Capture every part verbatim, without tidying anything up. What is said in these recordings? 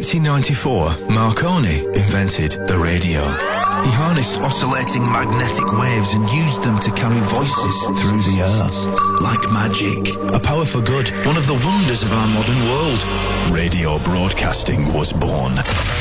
eighteen ninety-four, Marconi invented the radio. He harnessed oscillating magnetic waves and used them to carry voices through the air. Like magic, a power for good, one of the wonders of our modern world. Radio broadcasting was born.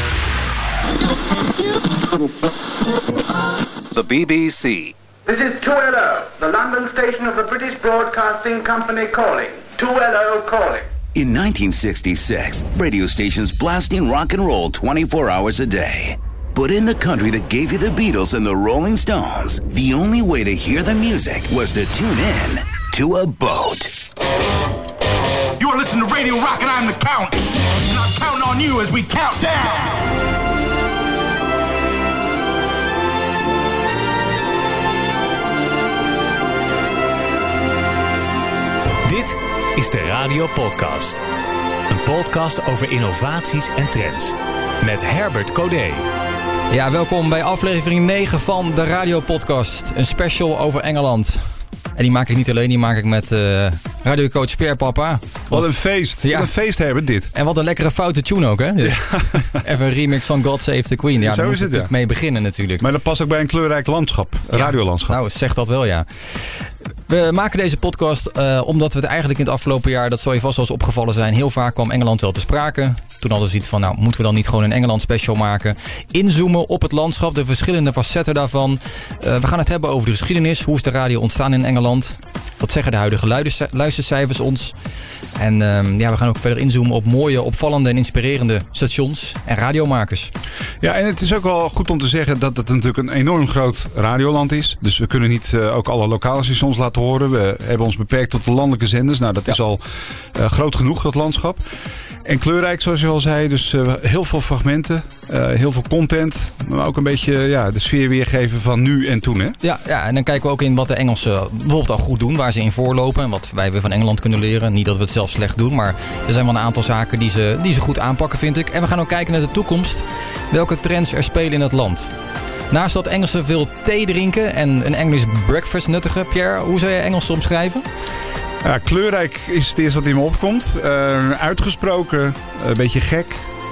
The B B C. This is two L O, the London station of the British Broadcasting Company calling. two L O calling. In nineteen sixty-six, radio stations blasting rock and roll twenty-four hours a day. But in the country that gave you the Beatles and the Rolling Stones, the only way to hear the music was to tune in to a boat. You are listening to Radio Rock and I'm the Count. And I'm counting on you as we count down. Dit is de Radio Podcast. Een podcast over innovaties en trends. Met Herbert Codé. Ja, welkom bij aflevering negen van de Radio Podcast. Een special over Engeland. En die maak ik niet alleen, die maak ik met uh, radiocoach Pierre Papa. Wat een feest. Ja. Wat een feest hebben dit. En wat een lekkere foute tune ook, hè? Ja. Even een remix van God Save the Queen. Ja, zo daar is moet het, ik ja. mee beginnen natuurlijk. Maar dat past ook bij een kleurrijk landschap. Een ja. radiolandschap. Nou, zeg dat wel, ja. We maken deze podcast uh, omdat we het eigenlijk in het afgelopen jaar, dat zal je vast wel eens opgevallen zijn, heel vaak kwam Engeland wel te sprake. Toen hadden ze iets van, nou, moeten we dan niet gewoon een Engeland special maken? Inzoomen op het landschap, de verschillende facetten daarvan. Uh, we gaan het hebben over de geschiedenis. Hoe is de radio ontstaan in Engeland? Wat zeggen de huidige luistercijfers ons? En uh, ja, we gaan ook verder inzoomen op mooie, opvallende en inspirerende stations en radiomakers. Ja, en het is ook wel goed om te zeggen dat het natuurlijk een enorm groot radioland is. Dus we kunnen niet uh, ook alle lokale stations laten horen. We hebben ons beperkt tot de landelijke zenders. Nou, dat ja. is al uh, groot genoeg, dat landschap. En kleurrijk, zoals je al zei. Dus uh, heel veel fragmenten, uh, heel veel content. Maar ook een beetje ja, de sfeer weergeven van nu en toen. Hè? Ja, ja, en dan kijken we ook in wat de Engelsen bijvoorbeeld al goed doen. Waar ze in voorlopen en wat wij weer van Engeland kunnen leren. Niet dat we het zelf slecht doen, maar er zijn wel een aantal zaken die ze, die ze goed aanpakken, vind ik. En we gaan ook kijken naar de toekomst. Welke trends er spelen in het land. Naast dat Engelsen veel thee drinken en een English breakfast nuttigen. Pierre, hoe zou je Engels omschrijven? Ja, kleurrijk is het eerste wat in me opkomt. Uh, uitgesproken, een beetje gek.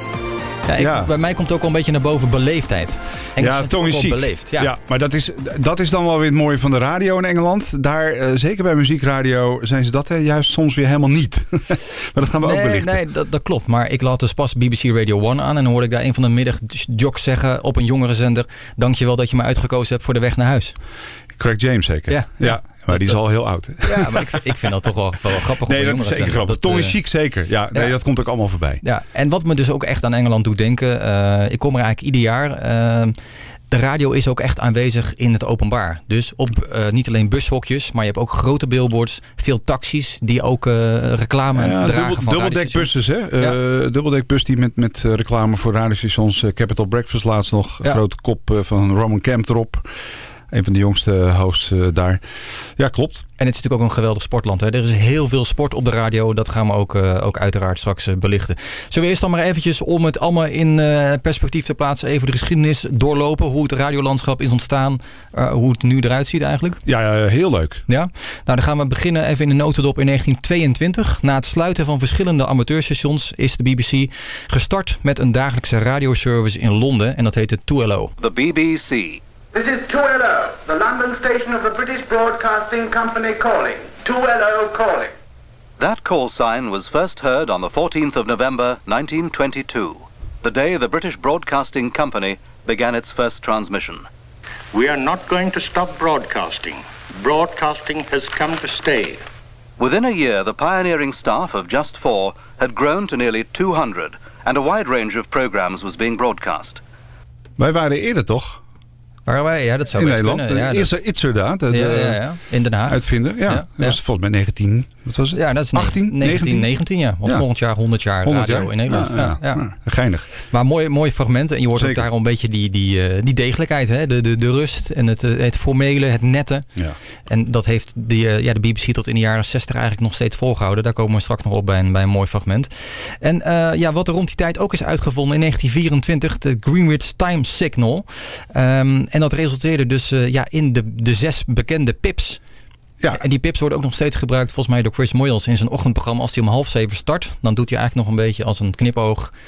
Ja, ik, ja. Bij mij komt het ook al een beetje naar boven beleefdheid. Engels ja, tong is chic. Beleefd. Ja. ja, maar dat is, dat is dan wel weer het mooie van de radio in Engeland. Daar, uh, zeker bij muziekradio, zijn ze dat hè, juist soms weer helemaal niet. Maar dat gaan we nee, ook belichten. Nee, dat, dat klopt. Maar ik laat dus pas B B C Radio one aan. En dan hoorde ik daar een van de middagjoks zeggen op een jongere zender. Dankjewel dat je me uitgekozen hebt voor de weg naar huis. Craig James zeker? Ja. ja. ja. Maar die is al heel oud. Hè? Ja, maar ik, ik vind dat toch wel, wel grappig. Nee, dat is zeker grappig. Dat, Tong is chic zeker. Ja, nee, ja, dat komt ook allemaal voorbij. Ja, en wat me dus ook echt aan Engeland doet denken. Uh, ik kom er eigenlijk ieder jaar. Uh, de radio is ook echt aanwezig in het openbaar. Dus op uh, niet alleen bushokjes, maar je hebt ook grote billboards. Veel taxis die ook uh, reclame ja, dragen dubbel, van dubbeldekbussen, hè? Ja. Uh, dubbeldekbus die met, met uh, reclame voor radiostations. Uh, Capital Breakfast laatst nog. Ja. Grote kop uh, van Roman Kemp erop. Een van de jongste hosts uh, daar. Ja, klopt. En het is natuurlijk ook een geweldig sportland. Hè? Er is heel veel sport op de radio. Dat gaan we ook, uh, ook uiteraard straks uh, belichten. Zullen we eerst dan maar eventjes, om het allemaal in uh, perspectief te plaatsen, even de geschiedenis doorlopen. Hoe het radiolandschap is ontstaan. Uh, hoe het nu eruit ziet eigenlijk. Ja, ja, heel leuk. Ja? Nou, dan gaan we beginnen even in de notendop in negentien tweeëntwintig. Na het sluiten van verschillende amateurstations is de B B C gestart met een dagelijkse radioservice in Londen. En dat heette two L O. The B B C. This is two L O, the London station of the British Broadcasting Company calling. two L O calling. That call sign was first heard on the fourteenth of November nineteen twenty-two, the day the British Broadcasting Company began its first transmission. We are not going to stop broadcasting. Broadcasting has come to stay. Within a year, the pioneering staff of Just Four had grown to nearly two hundred, and a wide range of programs was being broadcast. Wij waren eerder toch? Waren wij? Ja, dat zou in best Nederland. kunnen. Ja, Is er Itzerda, de ja, ja, ja. In Den Haag. Uitvinder. Ja, ja. Dat ja. was volgens mij negentien. Wat was het? Ja, dat is achttien, negentien negentien, ja. Want ja. volgend jaar honderd jaar honderd radio jaar? in Nederland. Ja, ja, ja. ja. Geinig. Maar mooie, mooie fragmenten. En je hoort Zeker. ook daar een beetje die, die, uh, die degelijkheid. Hè? De, de, de rust en het, het formele, het nette. Ja. En dat heeft die, uh, ja, de B B C tot in de jaren zestig eigenlijk nog steeds volgehouden. Daar komen we straks nog op bij een, bij een mooi fragment. En uh, ja, wat er rond die tijd ook is uitgevonden in negentien vierentwintig. De Greenwich Time Signal. Um, en dat resulteerde dus uh, ja, in de, de zes bekende pips. Ja. En die pips worden ook nog steeds gebruikt volgens mij door Chris Moyles in zijn ochtendprogramma. Als hij om half zeven start, dan doet hij eigenlijk nog een beetje als een knipoog.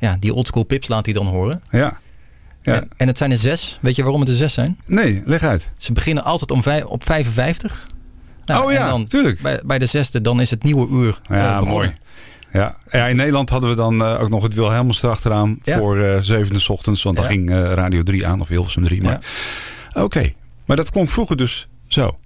ja, die oldschool pips laat hij dan horen. Ja. ja. En, en het zijn er zes. Weet je waarom het er zes zijn? Nee, leg uit. Ze beginnen altijd om vijf, op vijfenvijftig. Nou, oh ja, en dan tuurlijk. Bij, bij de zesde, dan is het nieuwe uur Ja, uh, mooi. Ja. ja, in Nederland hadden we dan uh, ook nog het Wilhelmus erachteraan ja. voor uh, zevende 's ochtends. Want dan ja. ging uh, Radio drie aan of Hilversum drie. Maar... Ja. Oké, okay. Maar dat klonk vroeger dus zo.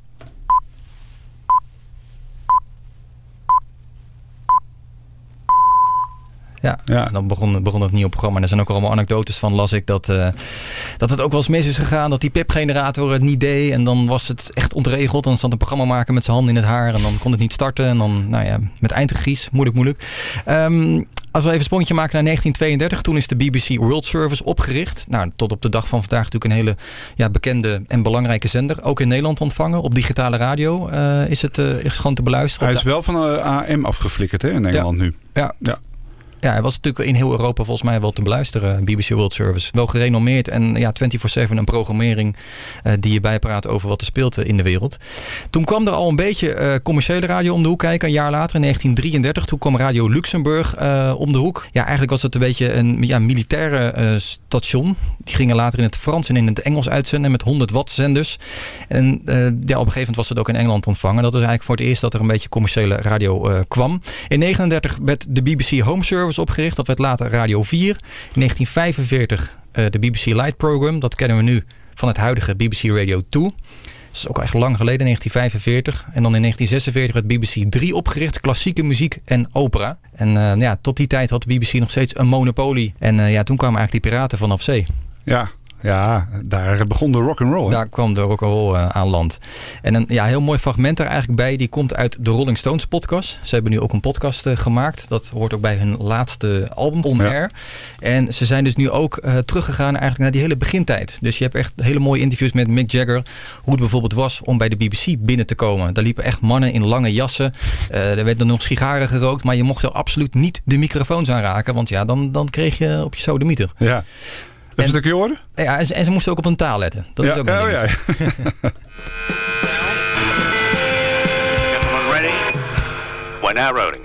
Ja, ja. En dan begon, begon het nieuwe programma. En er zijn ook allemaal anekdotes van, las ik, dat, uh, dat het ook wel eens mis is gegaan. Dat die pipgenerator het niet deed. En dan was het echt ontregeld. Dan stond een programmamaker met zijn handen in het haar. En dan kon het niet starten. En dan, nou ja, met eindgries. Moeilijk, moeilijk. Um, als we even een sprongetje maken naar negentien tweeëndertig. Toen is de B B C World Service opgericht. Nou, tot op de dag van vandaag natuurlijk een hele ja, bekende en belangrijke zender. Ook in Nederland ontvangen. Op digitale radio uh, is het uh, is gewoon te beluisteren. Hij is wel van uh, A M afgeflikkerd hè, in Nederland ja. nu. Ja. ja. Ja, hij was natuurlijk in heel Europa volgens mij wel te beluisteren, B B C World Service. Wel gerenommeerd en ja, vierentwintig zeven een programmering uh, die je bijpraat over wat er speelt in de wereld. Toen kwam er al een beetje uh, commerciële radio om de hoek kijken. Een jaar later, in negentien drieëndertig, toen kwam Radio Luxemburg uh, om de hoek. Ja, eigenlijk was het een beetje een ja, militaire uh, station. Die gingen later in het Frans en in het Engels uitzenden met honderd watt zenders. En uh, ja, op een gegeven moment was het ook in Engeland ontvangen. Dat was eigenlijk voor het eerst dat er een beetje commerciële radio uh, kwam. In negenendertig werd de B B C Home Service opgericht. Dat werd later Radio vier. In negentien vijfenveertig uh, de B B C Light Program. Dat kennen we nu van het huidige B B C Radio twee. Dat is ook echt lang geleden, negentien vijfenveertig. En dan in negentien zesenveertig werd B B C drie opgericht. Klassieke muziek en opera. En uh, ja, tot die tijd had de B B C nog steeds een monopolie. En uh, ja, toen kwamen eigenlijk die piraten vanaf zee. Ja. Ja, daar begon de rock'n'roll. Daar kwam de rock'n'roll uh, aan land. En een ja, heel mooi fragment er eigenlijk bij. Die komt uit de Rolling Stones podcast. Ze hebben nu ook een podcast uh, gemaakt. Dat hoort ook bij hun laatste album, On ja. Air. En ze zijn dus nu ook uh, teruggegaan eigenlijk naar die hele begintijd. Dus je hebt echt hele mooie interviews met Mick Jagger. Hoe het bijvoorbeeld was om bij de B B C binnen te komen. Daar liepen echt mannen in lange jassen. Uh, er werden nog sigaren gerookt. Maar je mocht er absoluut niet de microfoons aan raken. Want ja, dan, dan kreeg je op je sodemieter. Ja. Even een stukje horen? Ja, en ze, en ze moesten ook op hun taal letten. Dat ja, is ook een oh, ja. Gentlemen ready? We're now rolling.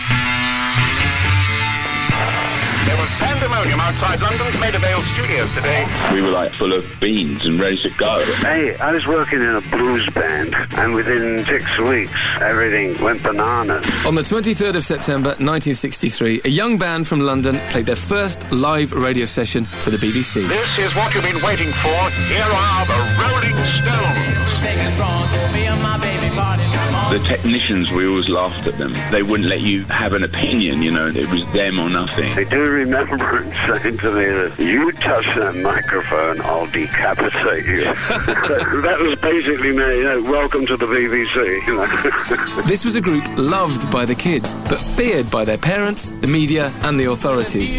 There was pandemonium outside London's Maida Vale studios today. We were like full of beans and ready to go. Hey, I was working in a blues band, and within six weeks, everything went bananas. On the twenty-third of September nineteen sixty-three, a young band from London played their first live radio session for the B B C. This is what you've been waiting for. Here are the Rolling Stones. The technicians, we always laughed at them. They wouldn't let you have an opinion, you know. It was them or nothing. I do remember him saying to me that you touch that microphone, I'll decapitate you. That was basically me, you know, welcome to the B B C. You know. This was a group loved by the kids, but feared by their parents, the media and the authorities.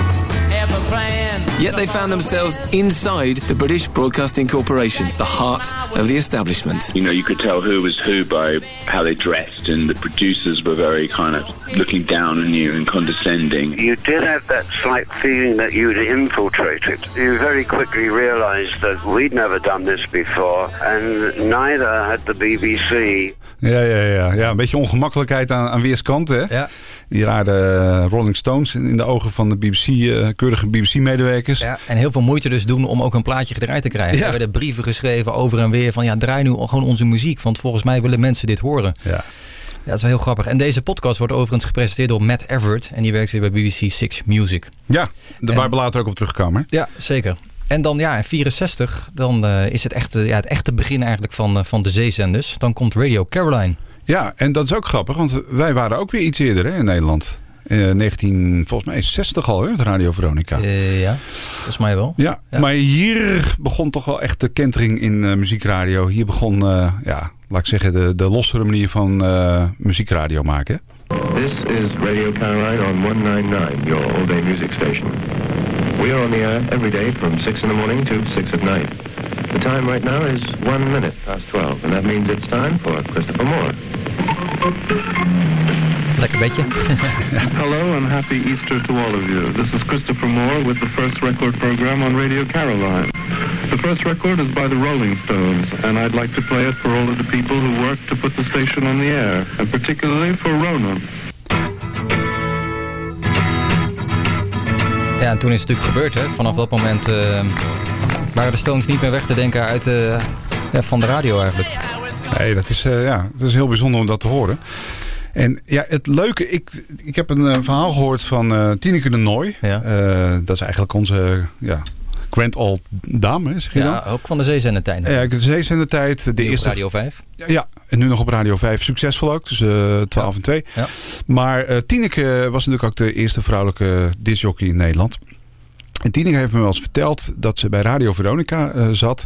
Yet they found themselves inside the British Broadcasting Corporation, the heart of the establishment. You know, you could tell who was who by how they dressed, and the producers were very kind of looking down on you and condescending. You did have that slight feeling that you'd infiltrated. You very quickly realized that we'd never done this before, and neither had the B B C. Ja, ja, ja. ja een beetje ongemakkelijkheid aan, aan weerskanten, hè? Ja. Die rare Rolling Stones in de ogen van de B B C, uh, keurige B B C-medewerkers. Ja, en heel veel moeite dus doen om ook een plaatje gedraaid te krijgen. Ja. Er werden brieven geschreven over en weer van ja, draai nu gewoon onze muziek, want volgens mij willen mensen dit horen. Ja. Ja, dat is wel heel grappig. En deze podcast wordt overigens gepresenteerd door Matt Everett en die werkt weer bij B B C Six Music. Ja, daar waar we later ook op terugkomen. Ja, zeker. En dan ja, in vierenzestig, dan uh, is het echte, ja, het echte begin eigenlijk van, uh, van de zeezenders. Dan komt Radio Caroline. Ja, en dat is ook grappig, want wij waren ook weer iets eerder hè, in Nederland. Uh, negentien, volgens mij zestig al, hè, het Radio Veronica. Uh, ja, volgens mij wel. Ja, ja, maar hier begon toch wel echt de kentering in uh, muziekradio. Hier begon, uh, ja, laat ik zeggen, de, de lossere manier van uh, muziekradio maken. This is Radio Caroline on one ninety-nine, your all-day music station. We are on the air every day from six in the morning to six at night. The time right now is one minute past twelve, and that means it's time for Christopher Moore. Lekker beetje. Hello and happy Easter to all of you. This is Christopher Moore with the first record program on Radio Caroline. The first record is by the Rolling Stones, and I'd like to play it for all of the people who worked to put the station on the air, and particularly for Ronan. Ja, en toen is het natuurlijk gebeurd. Hè. Vanaf dat moment uh, waren de Stones niet meer weg te denken uit, uh, ja, van de radio eigenlijk. Nee, dat is, uh, ja, dat is heel bijzonder om dat te horen. En ja, het leuke, ik, ik heb een uh, verhaal gehoord van uh, Tineke de Nooi. Ja. Uh, dat is eigenlijk onze ja, grand old dame, zeg je ja, dan? ook van de zeezendertijd. Ja, de zeezendertijd. De eerste... op Radio vijf. Ja, en nu nog op Radio vijf. Succesvol ook, dus uh, twaalf ja. en twee. Ja. Maar uh, Tineke was natuurlijk ook de eerste vrouwelijke discjockey in Nederland. En Tineke heeft me wel eens verteld dat ze bij Radio Veronica uh, zat.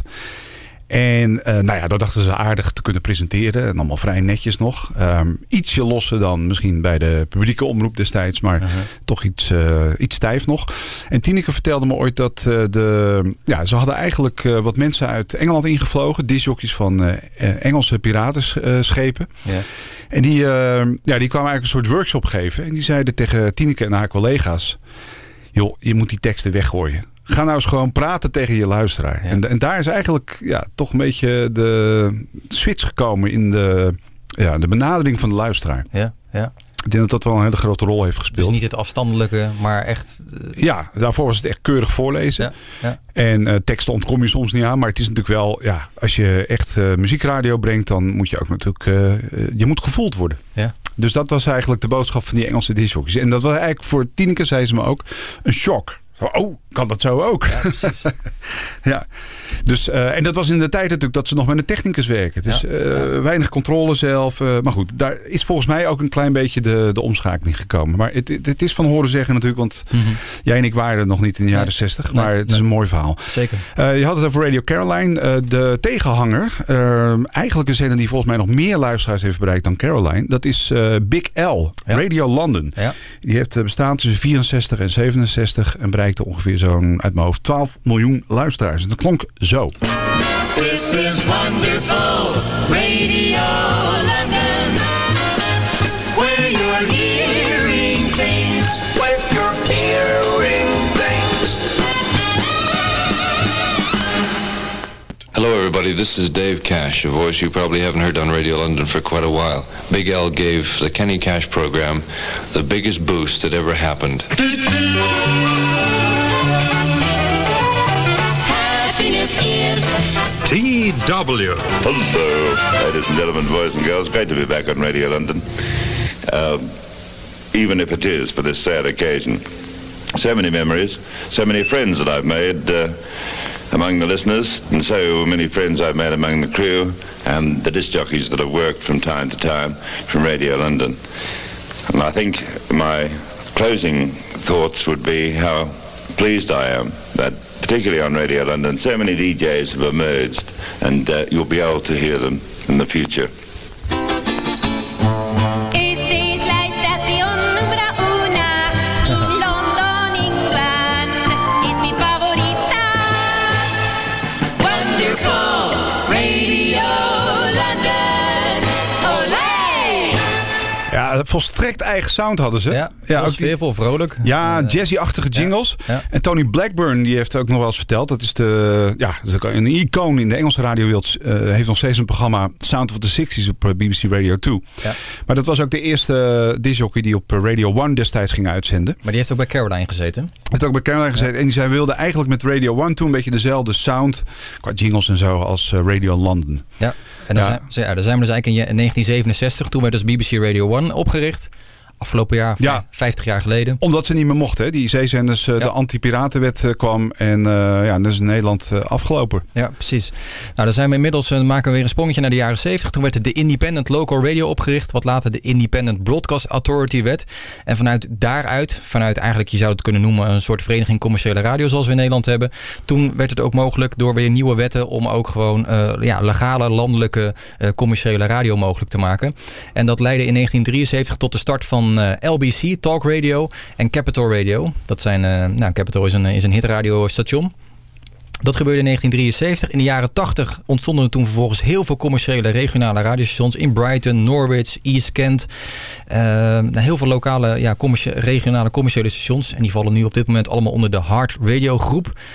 En uh, nou ja, dat dachten ze aardig te kunnen presenteren. En allemaal vrij netjes nog. Um, ietsje losser dan misschien bij de publieke omroep destijds. Maar uh-huh. toch iets, uh, iets stijf nog. En Tineke vertelde me ooit dat uh, de... Ja, ze hadden eigenlijk uh, wat mensen uit Engeland ingevlogen. Discjockeys van uh, Engelse piratenschepen. Uh, ja. En die, uh, ja, die kwamen eigenlijk een soort workshop geven. En die zeiden tegen Tineke en haar collega's... Joh, je moet die teksten weggooien. Ga nou eens gewoon praten tegen je luisteraar. Ja. En, en daar is eigenlijk ja, toch een beetje de switch gekomen in de, ja, de benadering van de luisteraar. Ja, ja. Ik denk dat dat wel een hele grote rol heeft gespeeld. Dus niet het afstandelijke, maar echt... Uh... Ja, daarvoor was het echt keurig voorlezen. Ja, ja. En uh, teksten ontkom je soms niet aan. Maar het is natuurlijk wel, ja, als je echt uh, muziekradio brengt... dan moet je ook natuurlijk, uh, uh, je moet gevoeld worden. Ja. Dus dat was eigenlijk de boodschap van die Engelse discjockeys. En dat was eigenlijk voor Tineke, zei ze me ook, een shock. Oh, kan dat zo ook? Ja, precies. ja. Dus, uh, en dat was in de tijd natuurlijk dat ze nog met een technicus werken. Dus ja, uh, ja. weinig controle zelf. Uh, maar goed, daar is volgens mij ook een klein beetje de, de omschakeling gekomen. Maar het, het, het is van horen zeggen natuurlijk. Want mm-hmm. jij en ik waren er nog niet in de jaren zestig. Nee, maar het nee. is een mooi verhaal. Zeker. Uh, je had het over Radio Caroline. Uh, de tegenhanger. Uh, eigenlijk een zender die volgens mij nog meer luisteraars heeft bereikt dan Caroline. Dat is uh, Big L. Ja. Radio London. Ja. Die heeft uh, bestaan tussen vierenzestig en zevenenzestig. En bereikte ongeveer zo'n, uit mijn hoofd, twaalf miljoen luisteraars. En dat klonk zo. This is wonderful Radio London, where you're hearing things, where you're hearing things. Hello everybody, this is Dave Cash, a voice you probably haven't heard on Radio London for quite a while. Big L gave the Kenny Cash program the biggest boost that ever happened. T W. Hello, ladies and gentlemen, boys and girls. Great to be back on Radio London. Uh, even if it is for this sad occasion. So many memories, so many friends that I've made uh, among the listeners, and so many friends I've made among the crew and the disc jockeys that have worked from time to time from Radio London. And I think my closing thoughts would be how pleased I am that particularly on Radio London, so many D Js have emerged, and uh, you'll be able to hear them in the future. Volstrekt eigen sound hadden ze. Ja, ja ook sfeervol, vrolijk. Ja, jazzy-achtige jingles. Ja, ja. En Tony Blackburn die heeft ook nog wel eens verteld. Dat is de, ja, dat is ook een icoon in de Engelse radiowereld. Uh, heeft nog steeds een programma Sound of the sixties op B B C Radio twee. Ja. Maar dat was ook de eerste discjockey die op Radio one destijds ging uitzenden. Maar die heeft ook bij Caroline gezeten. Heeft ook bij Caroline gezeten. Ja. En die zij wilde eigenlijk met Radio one toen een beetje dezelfde sound qua jingles en zo als uh, Radio London. Ja. En dan, ja. zijn, ja, dan zijn we dus eigenlijk in negentien zevenenzestig. Toen werd dus B B C Radio one opgericht. Afgelopen jaar, ja. vijftig jaar geleden. Omdat ze niet meer mochten. Hè? Die zeezenders, uh, ja. de anti-piratenwet uh, kwam. En uh, ja, dat is in Nederland uh, afgelopen. Ja, precies. Nou, dan zijn we inmiddels, uh, maken we weer een sprongetje naar de jaren zeventig. Toen werd de Independent Local Radio opgericht. Wat later de Independent Broadcast Authority werd. En vanuit daaruit, vanuit eigenlijk, je zou het kunnen noemen, een soort vereniging commerciële radio zoals we in Nederland hebben. Toen werd het ook mogelijk door weer nieuwe wetten om ook gewoon uh, ja, legale, landelijke, uh, commerciële radio mogelijk te maken. En dat leidde in negentien drieënzeventig tot de start van Uh, L B C, Talk Radio en Capital Radio. Dat zijn, uh, nou, Capital is een, is een hitradiostation. Dat gebeurde in negentien drieënzeventig. In de jaren tachtig ontstonden er toen vervolgens heel veel commerciële regionale radiostations in Brighton, Norwich, East Kent. Uh, nou, heel veel lokale, ja, commercie- regionale commerciële stations. En die vallen nu op dit moment allemaal onder de Hard Radio groep.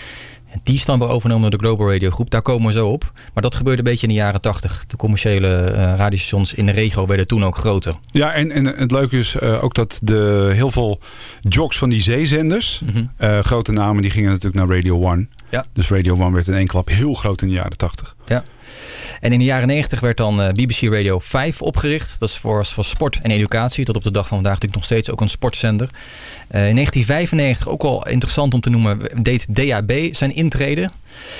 En die is dan weer overgenomen door de Global Radio Groep. Daar komen we zo op. Maar dat gebeurde een beetje in de jaren tachtig. De commerciële uh, radiostations in de regio werden toen ook groter. Ja, en, en het leuke is uh, ook dat de, heel veel jocks van die zeezenders, mm-hmm. uh, grote namen, die gingen natuurlijk naar Radio One. Ja. Dus Radio One werd in één klap heel groot in de jaren tachtig. Ja. En in de jaren negentig werd dan uh, B B C Radio vijf opgericht. Dat is voor, voor sport en educatie. Tot op de dag van vandaag natuurlijk nog steeds ook een sportzender. Uh, in negentien vijfennegentig, ook al interessant om te noemen, deed D A B zijn intrede.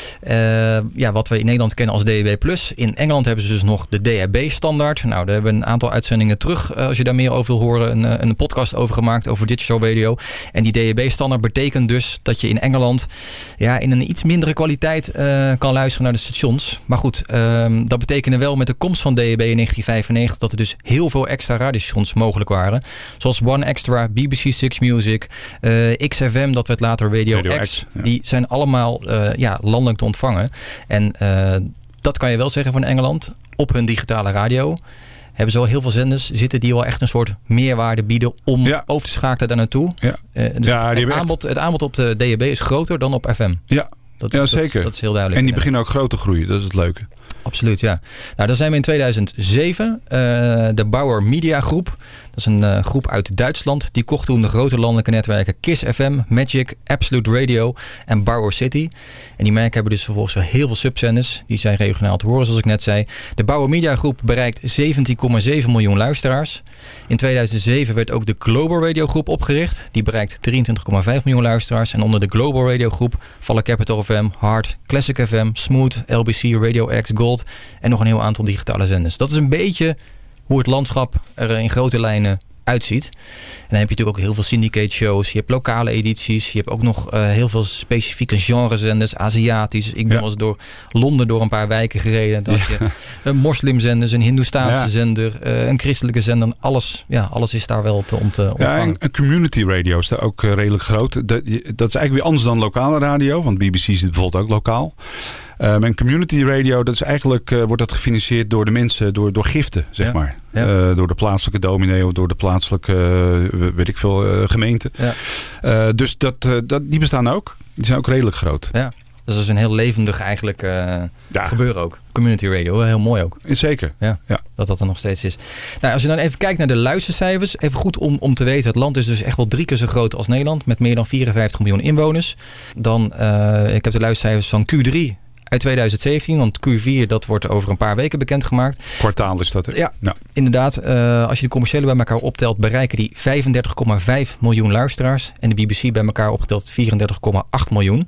Uh, ja, wat we in Nederland kennen als D A B plus. In Engeland hebben ze dus nog de D A B standaard. Nou, daar hebben we een aantal uitzendingen terug. Uh, als je daar meer over wil horen, een, een podcast over gemaakt over digital radio. En die D A B standaard betekent dus dat je in Engeland ja, in een iets mindere kwaliteit uh, kan luisteren naar de stations. Maar goed, uh, dat betekende wel met de komst van D A B in negentien vijfennegentig dat er dus heel veel extra radiostations mogelijk waren. Zoals One Extra, B B C Six Music, uh, X F M, dat werd later Radio, Radio X. X ja. Die zijn allemaal uh, ja, landelijk te ontvangen. En uh, dat kan je wel zeggen van Engeland. Op hun digitale radio hebben ze al heel veel zenders zitten die wel echt een soort meerwaarde bieden om ja. over te schakelen daar naartoe. Ja. Uh, dus ja, het, aanbod, het aanbod op de D A B is groter dan op F M. Ja, dat, ja dat, zeker. Dat is heel duidelijk. En die beginnen ook groot te groeien, dat is het leuke. Absoluut, ja. Nou, dan zijn we in tweeduizend zeven. Uh, de Bauer Media Groep. Dat is een uh, groep uit Duitsland. Die kocht toen de grote landelijke netwerken Kiss F M, Magic, Absolute Radio en Bauer City. En die merken hebben dus vervolgens wel heel veel subzenders. Die zijn regionaal te horen, zoals ik net zei. De Bauer Media Groep bereikt zeventien komma zeven miljoen luisteraars. In tweeduizend zeven werd ook de Global Radio Groep opgericht. Die bereikt drieëntwintig komma vijf miljoen luisteraars. En onder de Global Radio Groep vallen Capital F M, Hard, Classic F M, Smooth, L B C, Radio X, Gold en nog een heel aantal digitale zenders. Dat is een beetje hoe het landschap er in grote lijnen uitziet. En dan heb je natuurlijk ook heel veel syndicate shows. Je hebt lokale edities. Je hebt ook nog uh, heel veel specifieke genrezenders. Aziatisch. Ik ben ja. wel eens door Londen door een paar wijken gereden. Dan ja. heb je een moslimzenders, een Hindoestaanse ja. zender, uh, een christelijke zender. Alles, ja, alles is daar wel te ont, uh, ontvangen. Ja, en, en community radio is daar ook uh, redelijk groot. Dat, dat is eigenlijk weer anders dan lokale radio. Want B B C zit bijvoorbeeld ook lokaal. Um, en community radio, dat is eigenlijk, uh, wordt dat gefinancierd door de mensen, door, door giften, zeg ja, maar. Ja. Uh, door de plaatselijke dominee of door de plaatselijke, uh, weet ik veel, uh, gemeente. Ja. Uh, dus dat, uh, dat, die bestaan ook. Die zijn ook redelijk groot. Ja. Dus dat is een heel levendig eigenlijk uh, ja. gebeuren ook. Community radio, heel mooi ook. Zeker. Ja, ja. Dat dat er nog steeds is. Nou, als je dan even kijkt naar de luistercijfers. Even goed om, om te weten. Het land is dus echt wel drie keer zo groot als Nederland. Met meer dan vierenvijftig miljoen inwoners. Dan, uh, ik heb de luistercijfers van Q drie uit tweeduizend zeventien, want Q vier dat wordt over een paar weken bekendgemaakt. Kwartaal is dat, hè? Ja, ja. Inderdaad. Uh, als je de commerciële bij elkaar optelt, bereiken die vijfendertig komma vijf miljoen luisteraars. En de B B C bij elkaar opgeteld vierendertig komma acht miljoen. Uh,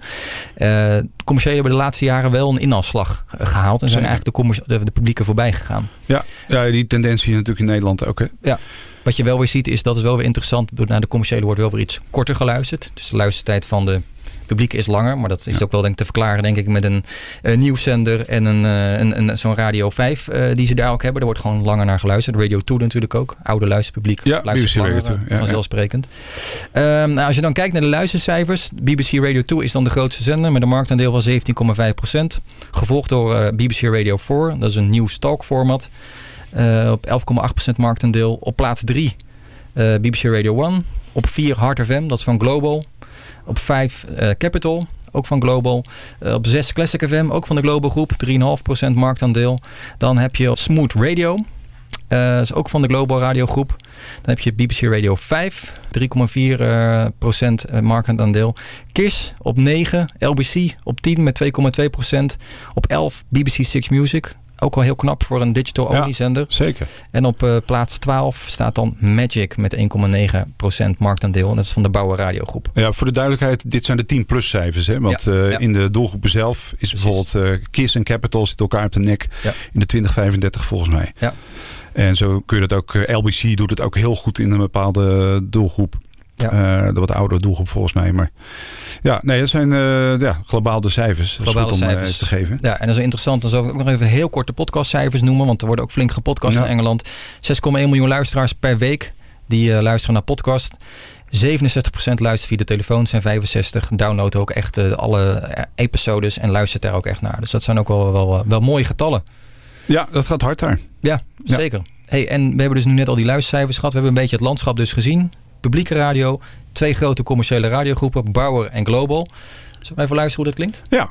de commerciële hebben de laatste jaren wel een inhaalslag gehaald. En zijn eigenlijk de, de, de publieke voorbij gegaan. Ja, ja, die tendentie hier natuurlijk in Nederland ook, hè? Ja. Wat je wel weer ziet is, dat is wel weer interessant. Naar de commerciële wordt wel weer iets korter geluisterd. Dus de luistertijd van de publiek is langer, maar dat is ja. ook wel denk ik te verklaren denk ik met een uh, nieuwszender en een, uh, een, een, zo'n Radio vijf uh, die ze daar ook hebben. Er wordt gewoon langer naar geluisterd. Radio twee natuurlijk ook. Oude luisterpubliek. Ja, luistert langer, Radio twee. Ja, vanzelfsprekend. Ja. Um, nou, als je dan kijkt naar de luistercijfers. B B C Radio twee is dan de grootste zender met een marktaandeel van zeventien komma vijf procent. Gevolgd door uh, B B C Radio vier. Dat is een nieuw talkformat. Uh, op elf komma acht procent marktaandeel. Op plaats drie uh, B B C Radio één. Op vier Hard F M. Dat is van Global. Op vijf uh, Capital, ook van Global. Uh, op zes Classic F M, ook van de Global groep. drie komma vijf procent marktaandeel. Dan heb je Smooth Radio. Uh, dat is ook van de Global radiogroep. Dan heb je B B C Radio vijf. drie komma vier procent marktaandeel. Kiss op negen. L B C op tien met twee komma twee procent. Op elf B B C Six Music. Ook wel heel knap voor een digital-only ja, zender. Zeker. En op uh, plaats twaalf staat dan Magic met één komma negen procent marktaandeel. En dat is van de Bauer radiogroep. Ja, voor de duidelijkheid, dit zijn de tien plus cijfers. Hè? Want ja, uh, ja. in de doelgroepen zelf is Precies. bijvoorbeeld uh, Kiss en Capital zitten elkaar op de nek. Ja. In de twintig vijfendertig volgens mij. Ja. En zo kun je dat ook, uh, L B C doet het ook heel goed in een bepaalde doelgroep. Ja. Uh, de wat oudere doelgroep volgens mij. Maar ja, nee, dat zijn uh, ja, globaal de cijfers. Globale cijfers. Om, uh, te geven. Ja, en dat is interessant. Dan zal ik ook nog even heel kort de podcastcijfers noemen. Want er worden ook flink gepodcast ja. in Engeland. zes komma één miljoen luisteraars per week die uh, luisteren naar podcast. zevenenzestig procent luistert via de telefoon. Zijn vijfenzestig downloadt ook echt uh, alle episodes en luistert daar ook echt naar. Dus dat zijn ook wel, wel, wel, wel mooie getallen. Ja, dat gaat hard daar. Ja, zeker. Ja. Hey, en we hebben dus nu net al die luistercijfers gehad. We hebben een beetje het landschap dus gezien. Publieke radio, twee grote commerciële radiogroepen, Bauer en Global. Zullen we even luisteren hoe dat klinkt? Ja.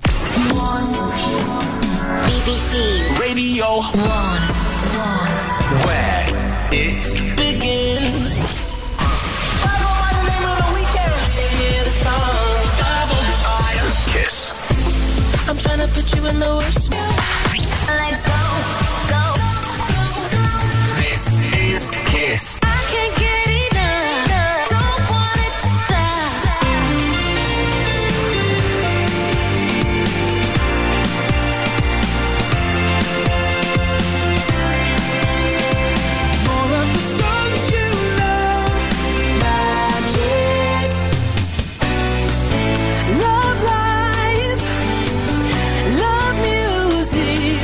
B B C Radio One. Where it begins. Kiss. I'm trying to put you in the worst. Let go, go, go, go. This is Kiss. I can't get enough. Don't want it to stop. More of the songs you love, magic, love life, love music,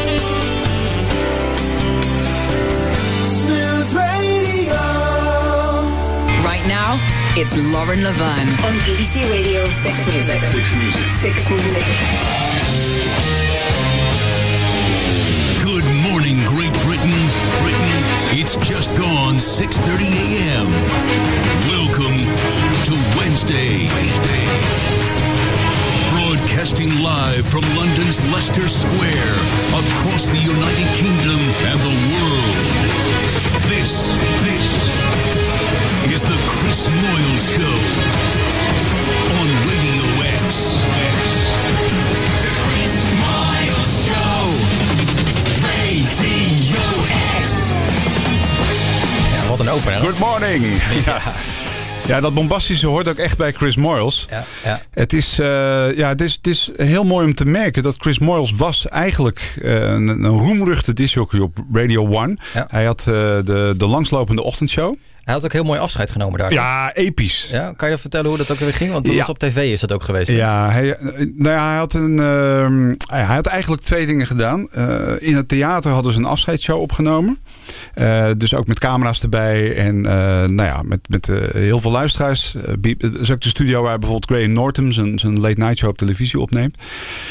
smooth radio. Right now, it's Lauren Laverne. On B B C Radio six Music. Six Music. six Music. Good morning, Great Britain. Britain. It's just gone six thirty a.m. Welcome to Wednesday. Broadcasting live from London's Leicester Square, across the United Kingdom and the world. This, this is the Chris Moyle Show on Radio X. The Chris Moyle Show. Radio X. Ja, wat een opener. Good morning. Ja. Ja, dat bombastische hoort ook echt bij Chris Moyles. Ja, ja. Het is, uh, ja, het is, het is heel mooi om te merken dat Chris Moyles was eigenlijk uh, een, een roemruchte discjockey op Radio One. Ja. Hij had uh, de, de langslopende ochtendshow. Hij had ook heel mooi afscheid genomen daar. Ja, episch. Ja, kan je even vertellen hoe dat ook weer ging? Want dat Ja. was op tv is dat ook geweest. Hè? Ja, hij, nou ja, hij, had een, uh, hij had eigenlijk twee dingen gedaan. Uh, in het theater hadden ze een afscheidsshow opgenomen. Uh, dus ook met camera's erbij. En uh, nou ja, met, met uh, heel veel luisteraars. Uh, dat is ook de studio waar bijvoorbeeld Graham Norton zijn, zijn late night show op televisie opneemt.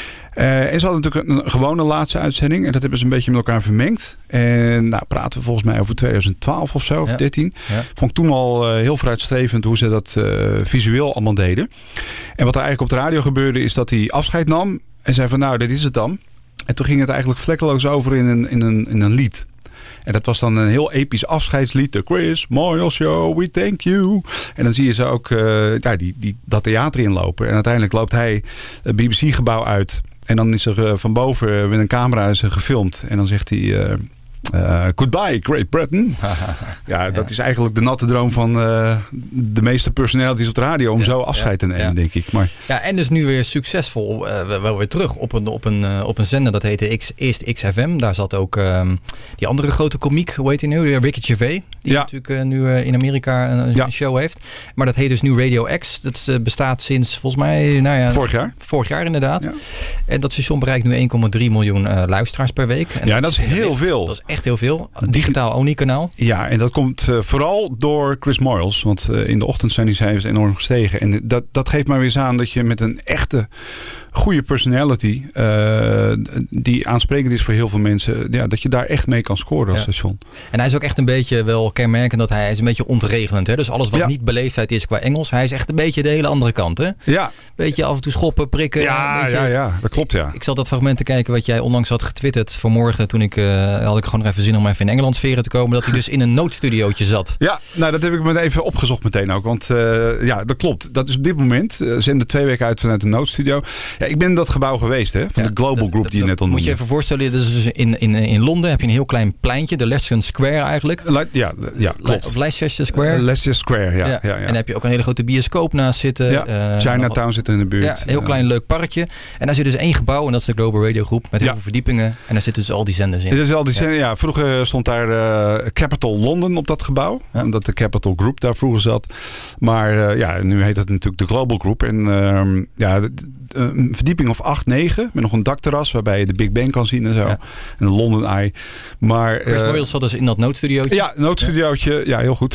Uh, en ze hadden natuurlijk een, een gewone laatste uitzending. En dat hebben ze een beetje met elkaar vermengd. En nou praten we volgens mij over twintig twaalf of zo, of Ja. dertien. Ja. Vond ik toen al uh, heel vooruitstrevend hoe ze dat uh, visueel allemaal deden. En wat er eigenlijk op de radio gebeurde is dat hij afscheid nam. En zei van nou, dit is het dan. En toen ging het eigenlijk vlekkeloos over in een, in een, in een lied. En dat was dan een heel episch afscheidslied. The Chris Moyle Show, we thank you. En dan zie je ze ook uh, ja, die, die, dat theater inlopen. En uiteindelijk loopt hij het B B C-gebouw uit. En dan is er uh, van boven met een camera is er gefilmd. En dan zegt hij... Uh, Uh, goodbye, Great Britain. Ja, dat ja. is eigenlijk de natte droom van uh, de meeste personalities op de radio om ja, zo afscheid ja, te nemen, ja. denk ik. Maar... Ja, en dus nu weer succesvol, uh, wel weer terug op een, op een, uh, op een zender dat heette X, eerst X F M. Daar zat ook uh, die andere grote komiek, hoe heet hij nu? Ricky Gervais. Die ja. natuurlijk uh, nu uh, in Amerika een, ja. een show heeft. Maar dat heet dus nu Radio X. Dat uh, bestaat sinds volgens mij... Nou ja, vorig jaar. Vorig jaar inderdaad. Ja. En dat station bereikt nu één komma drie miljoen uh, luisteraars per week. En ja, dat, dat is heel licht. veel. Dat is echt heel veel. Digitaal Oni kanaal. Ja, en dat komt uh, vooral door Chris Moyles. Want uh, in de ochtend zijn die cijfers enorm gestegen. En dat, dat geeft maar weer eens aan dat je met een echte goede personality, uh, die aansprekend is voor heel veel mensen, ja, dat je daar echt mee kan scoren als ja. station. En hij is ook echt een beetje wel kenmerkend dat hij, hij is een beetje ontregelend. Hè? Dus alles wat ja. niet beleefdheid is qua Engels, hij is echt een beetje de hele andere kant. Hè? Ja. Beetje af en toe schoppen, prikken. Ja, beetje, ja, ja, dat klopt ja. Ik, ik zat dat fragment te kijken wat jij onlangs had getwitterd vanmorgen. Toen ik, uh, had ik gewoon nog even zin om even in Engeland sferen te komen. Dat hij dus in een noodstudiootje zat. Ja, nou dat heb ik me even opgezocht meteen ook. Want uh, ja, dat klopt. Dat is op dit moment. Uh, zenden twee weken uit vanuit een noodstudio. Ja, ik ben in dat gebouw geweest, hè, van ja, de Global Group dat, die je net al noemde. Moet je even voorstellen, dus in, in, in Londen heb je een heel klein pleintje, de Leicester Square eigenlijk. Le- ja, ja, klopt. Of Leicester Square. Uh, Leicester Square, ja, ja. ja, ja. En dan heb je ook een hele grote bioscoop naast zitten. Ja, uh, Chinatown zit in de buurt. Ja, een heel klein leuk parkje. En daar zit dus één gebouw en dat is de Global Radio Groep met heel ja. veel verdiepingen. En daar zitten dus al die zenders in. Ja, dus al die zenders, ja. ja, vroeger stond daar uh, Capital London op dat gebouw. Ja. Omdat de Capital Group daar vroeger zat. Maar uh, ja, nu heet het natuurlijk de Global Group. En uh, ja, een verdieping of acht, negen. Met nog een dakterras waarbij je de Big Ben kan zien en zo. Ja. En de London Eye. Maar Chris uh, Moyles zat dus in dat noodstudiootje. Ja, noodstudiootje. Ja, ja heel goed.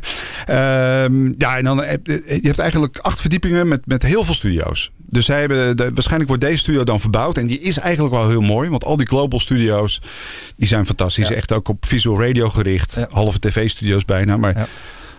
um, ja, en dan heb je hebt eigenlijk acht verdiepingen met, met heel veel studio's. Dus zij hebben de, waarschijnlijk wordt deze studio dan verbouwd. En die is eigenlijk wel heel mooi. Want al die global studio's, die zijn fantastisch. Ja. Echt ook op visual radio gericht. Ja. Halve tv-studio's bijna. Maar... Ja.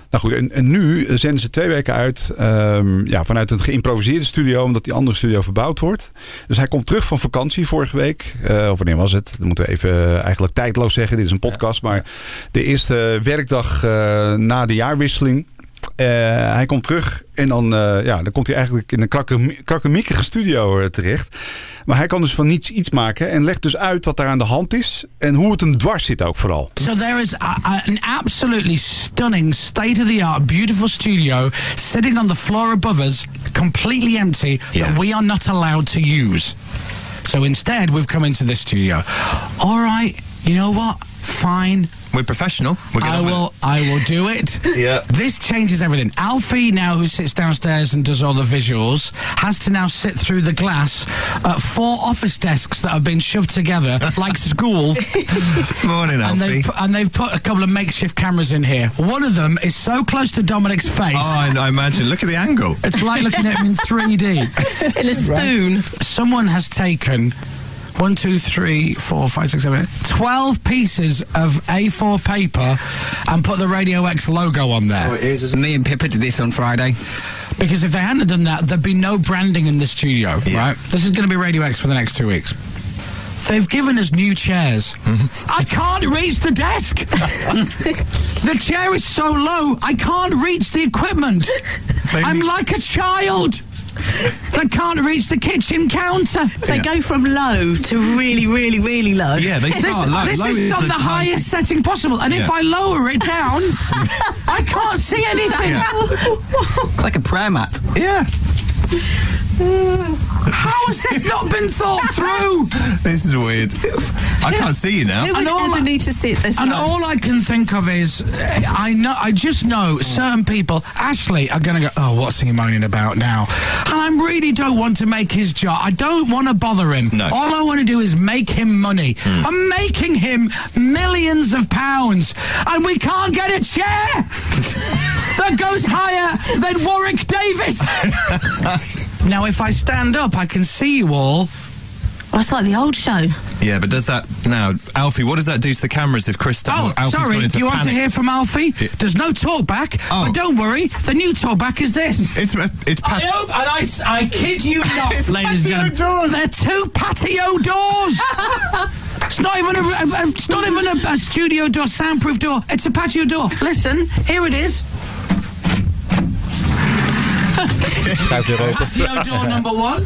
Nou goed, en, en nu zenden ze twee weken uit um, ja, vanuit een geïmproviseerde studio, omdat die andere studio verbouwd wordt. Dus hij komt terug van vakantie vorige week. Uh, of wanneer was het? Dat moeten we even uh, eigenlijk tijdloos zeggen. Dit is een podcast, maar de eerste werkdag uh, na de jaarwisseling. Uh, hij komt terug en dan, uh, ja, dan komt hij eigenlijk in een krakkemikkige studio uh, terecht. Maar hij kan dus van niets iets maken en legt dus uit wat daar aan de hand is en hoe het hem dwars zit ook vooral. So there is a, a, an absolutely stunning, state-of-the-art, beautiful studio sitting on the floor above us, completely empty, yeah. that we are not allowed to use. So instead, we've come into this studio. All right, you know what? Fine. We're professional. We're I will. I will do it. Yeah. This changes everything. Alfie, now who sits downstairs and does all the visuals, has to now sit through the glass at four office desks that have been shoved together like school. Morning, Alfie. And they've, and they've put a couple of makeshift cameras in here. One of them is so close to Dominic's face. Oh, I, I imagine. Look at the angle. It's like looking at him in three D. In a spoon. Right? Someone has taken one, two, three, four, five, six, seven, twelve pieces of A four paper and put the Radio X logo on there. Oh, it is, isn't it? Me and Pippa did this on Friday. Because if they hadn't done that, there'd be no branding in the studio, yeah. right? This is going to be Radio X for the next two weeks. They've given us new chairs. I can't reach the desk. The chair is so low, I can't reach the equipment. Maybe. I'm like a child. They can't reach the kitchen counter. They yeah. go from low to really, really, really low. Yeah, they start this, low. This low is, is on the, the highest setting possible. And yeah. if I lower it down, I can't see anything. Yeah. It's like a prayer mat. Yeah. How has this not been thought through? This is weird. I can't see you now. Who would ever I, need to sit this And long? all I can think of is, I know, I just know certain people, Ashley, are going to go, oh, what's he moaning about now? And I really don't want to make his job. I don't want to bother him. No. All I want to do is make him money. Mm. I'm making him millions of pounds. And we can't get a chair that goes higher than Warwick Davis. Now, if I stand up, I can see you all. Oh, it's like the old show. Yeah, but does that... Now, Alfie, what does that do to the cameras if Chris... Oh, Alfie's sorry, do you want panic? to hear from Alfie? Yeah. There's no talkback, oh. but don't worry, the new talkback is this. It's... it's I hope, and I, I kid you not, it's ladies and gentlemen. They're two patio doors. It's not even a, a, a, it's not even a, a studio door, soundproof door. It's a patio door. Listen, here it is. Patio door number one.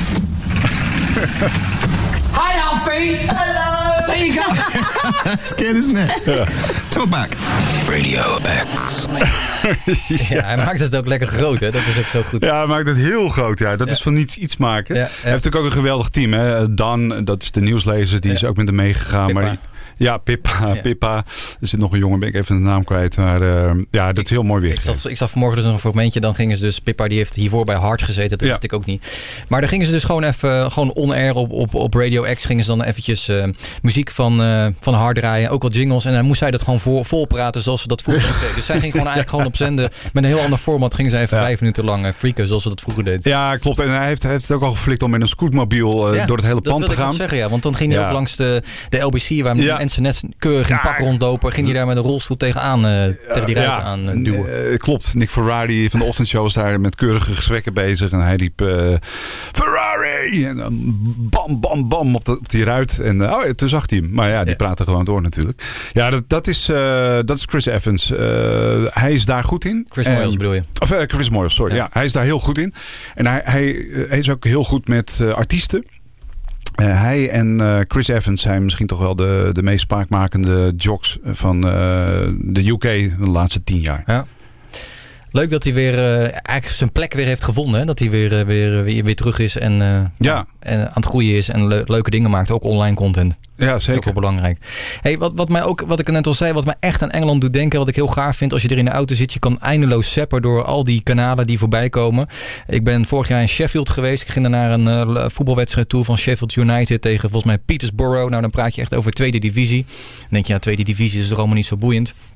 Hi, Alfie. Hello. There you go. It's good, isn't it? Yeah. Talk back. Radio X. ja. ja, hij maakt het ook lekker groot, hè? Dat is ook zo goed. Ja, hij maakt het heel groot, ja. Dat ja. is van niets iets maken. Ja, ja. Hij heeft natuurlijk ook een geweldig team, hè. Dan, dat is de nieuwslezer, die ja. is ook met hem meegegaan. Pippa. Maar Ja, Pippa, ja. Pippa. Er zit nog een jongen, ben ik even de naam kwijt. Maar uh, ja, dat is heel mooi weer. Ik zag, ik zag vanmorgen dus nog een fragmentje. Dan gingen ze dus, Pippa die heeft hiervoor bij Hard gezeten. Dat ja. wist ik ook niet. Maar dan gingen ze dus gewoon even, gewoon on-air op, op, op Radio X. Gingen ze dan eventjes uh, muziek van, uh, van Hard draaien. Ook wat jingles. En dan moest zij dat gewoon vol, vol praten zoals ze dat vroeger deden. Dus zij ging gewoon eigenlijk gewoon op zenden. Met een heel ander format gingen ze even ja. vijf minuten lang uh, freaken zoals ze dat vroeger deden. Ja, klopt. En hij heeft, hij heeft het ook al geflikt om met een scootmobiel uh, ja, door het hele pand te gaan. Dat wil ik zeggen, ja. Want dan ging hij ja. ook langs de, de L B C waar ja. mensen net keurig in ja. pak rondlopen. Ging hij daar met een rolstoel tegenaan, uh, ja, tegen die ruiten ja. aan uh, duwen. Uh, klopt. Nick Ferrari van de ochtendshow was daar met keurige gesprekken bezig. En hij riep uh, Ferrari! En dan bam, bam, bam op, de, op die ruit. En uh, oh, toen zag hij hem. Maar ja, die ja. praten gewoon door natuurlijk. Ja, dat, dat, is, uh, dat is Chris Evans. Uh, hij is daar goed in. Chris Moyles bedoel je? Of uh, Chris Moyles, sorry. Ja. ja, hij is daar heel goed in. En hij, hij, hij is ook heel goed met uh, artiesten. Uh, hij en uh, Chris Evans zijn misschien toch wel de, de meest spraakmakende jocks van uh, de U K de laatste tien jaar. Ja. Leuk dat hij weer uh, eigenlijk zijn plek weer heeft gevonden. Hè? Dat hij weer, uh, weer, weer, weer terug is en, uh, ja. en aan het groeien is en le- leuke dingen maakt. Ook online content. Ja, zeker. Ook wel belangrijk. Hey, wat, wat, mij ook, wat ik net al zei, wat mij echt aan Engeland doet denken, wat ik heel gaaf vind, als je er in de auto zit, je kan eindeloos zappen door al die kanalen die voorbij komen. Ik ben vorig jaar in Sheffield geweest. Ik ging daar naar een uh, voetbalwedstrijd toe van Sheffield United tegen volgens mij Peterborough. Nou, dan praat je echt over tweede divisie. Dan denk je, ja, tweede divisie is er allemaal niet zo boeiend.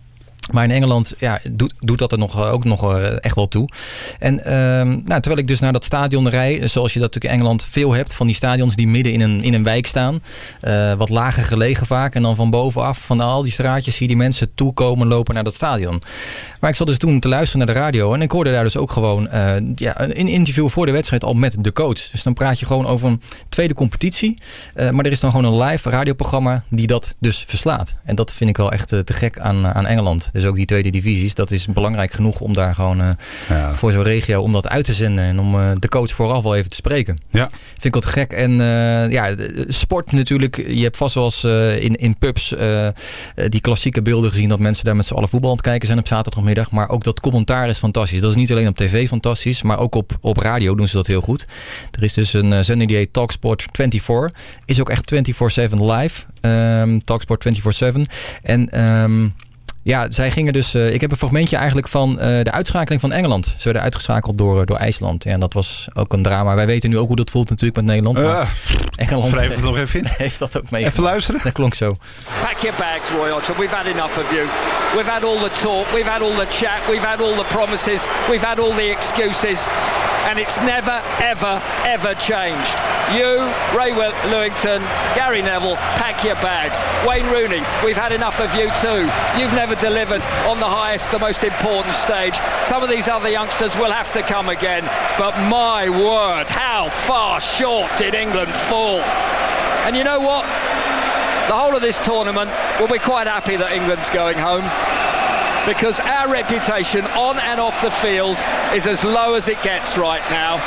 Maar in Engeland ja, doet, doet dat er nog, ook nog echt wel toe. En um, nou, terwijl ik dus naar dat stadion rij, zoals je dat natuurlijk in Engeland veel hebt, van die stadions die midden in een, in een wijk staan. Uh, wat lager gelegen vaak. En dan van bovenaf, van al die straatjes, zie je die mensen toekomen lopen naar dat stadion. Maar ik zat dus toen te luisteren naar de radio. En ik hoorde daar dus ook gewoon uh, ja, een interview voor de wedstrijd al met de coach. Dus dan praat je gewoon over een tweede competitie. Uh, maar er is dan gewoon een live radioprogramma die dat dus verslaat. En dat vind ik wel echt uh, te gek aan, aan Engeland. Dus ook die tweede divisies, dat is belangrijk genoeg om daar gewoon uh, ja. voor zo'n regio om dat uit te zenden en om uh, de coach vooraf wel even te spreken. Ja. Vind ik wat gek. En uh, ja, sport natuurlijk. Je hebt vast wel eens uh, in, in pubs uh, die klassieke beelden gezien dat mensen daar met z'n allen voetbal aan het kijken zijn op zaterdagmiddag. Maar ook dat commentaar is fantastisch. Dat is niet alleen op tv fantastisch, maar ook op, op radio doen ze dat heel goed. Er is dus een uh, zender die heet Talksport vierentwintig. Is ook echt vierentwintig zeven live. Um, Talksport vierentwintig zeven. En um, ja, zij gingen dus... Uh, ik heb een fragmentje eigenlijk van uh, de uitschakeling van Engeland. Ze werden uitgeschakeld door, uh, door IJsland. Ja, en dat was ook een drama. Wij weten nu ook hoe dat voelt natuurlijk met Nederland. Uh, Engeland wrijf het nog even in. Heeft dat ook mee. Even luisteren. Dat klonk zo. Pack your bags, Roy Hodgson. We've had enough of you. We've had all the talk. We've had all the chat. We've had all the promises. We've had all the excuses. And it's never, ever, ever changed. You, Ray Lewington, Gary Neville, pack your bags. Wayne Rooney, we've had enough of you too. You've never delivered on the highest, the most important stage. Some of these other youngsters will have to come again. But my word, how far short did England fall? And you know what? The whole of this tournament will be quite happy that England's going home. Because our reputation on and off the field is as low as it gets right now.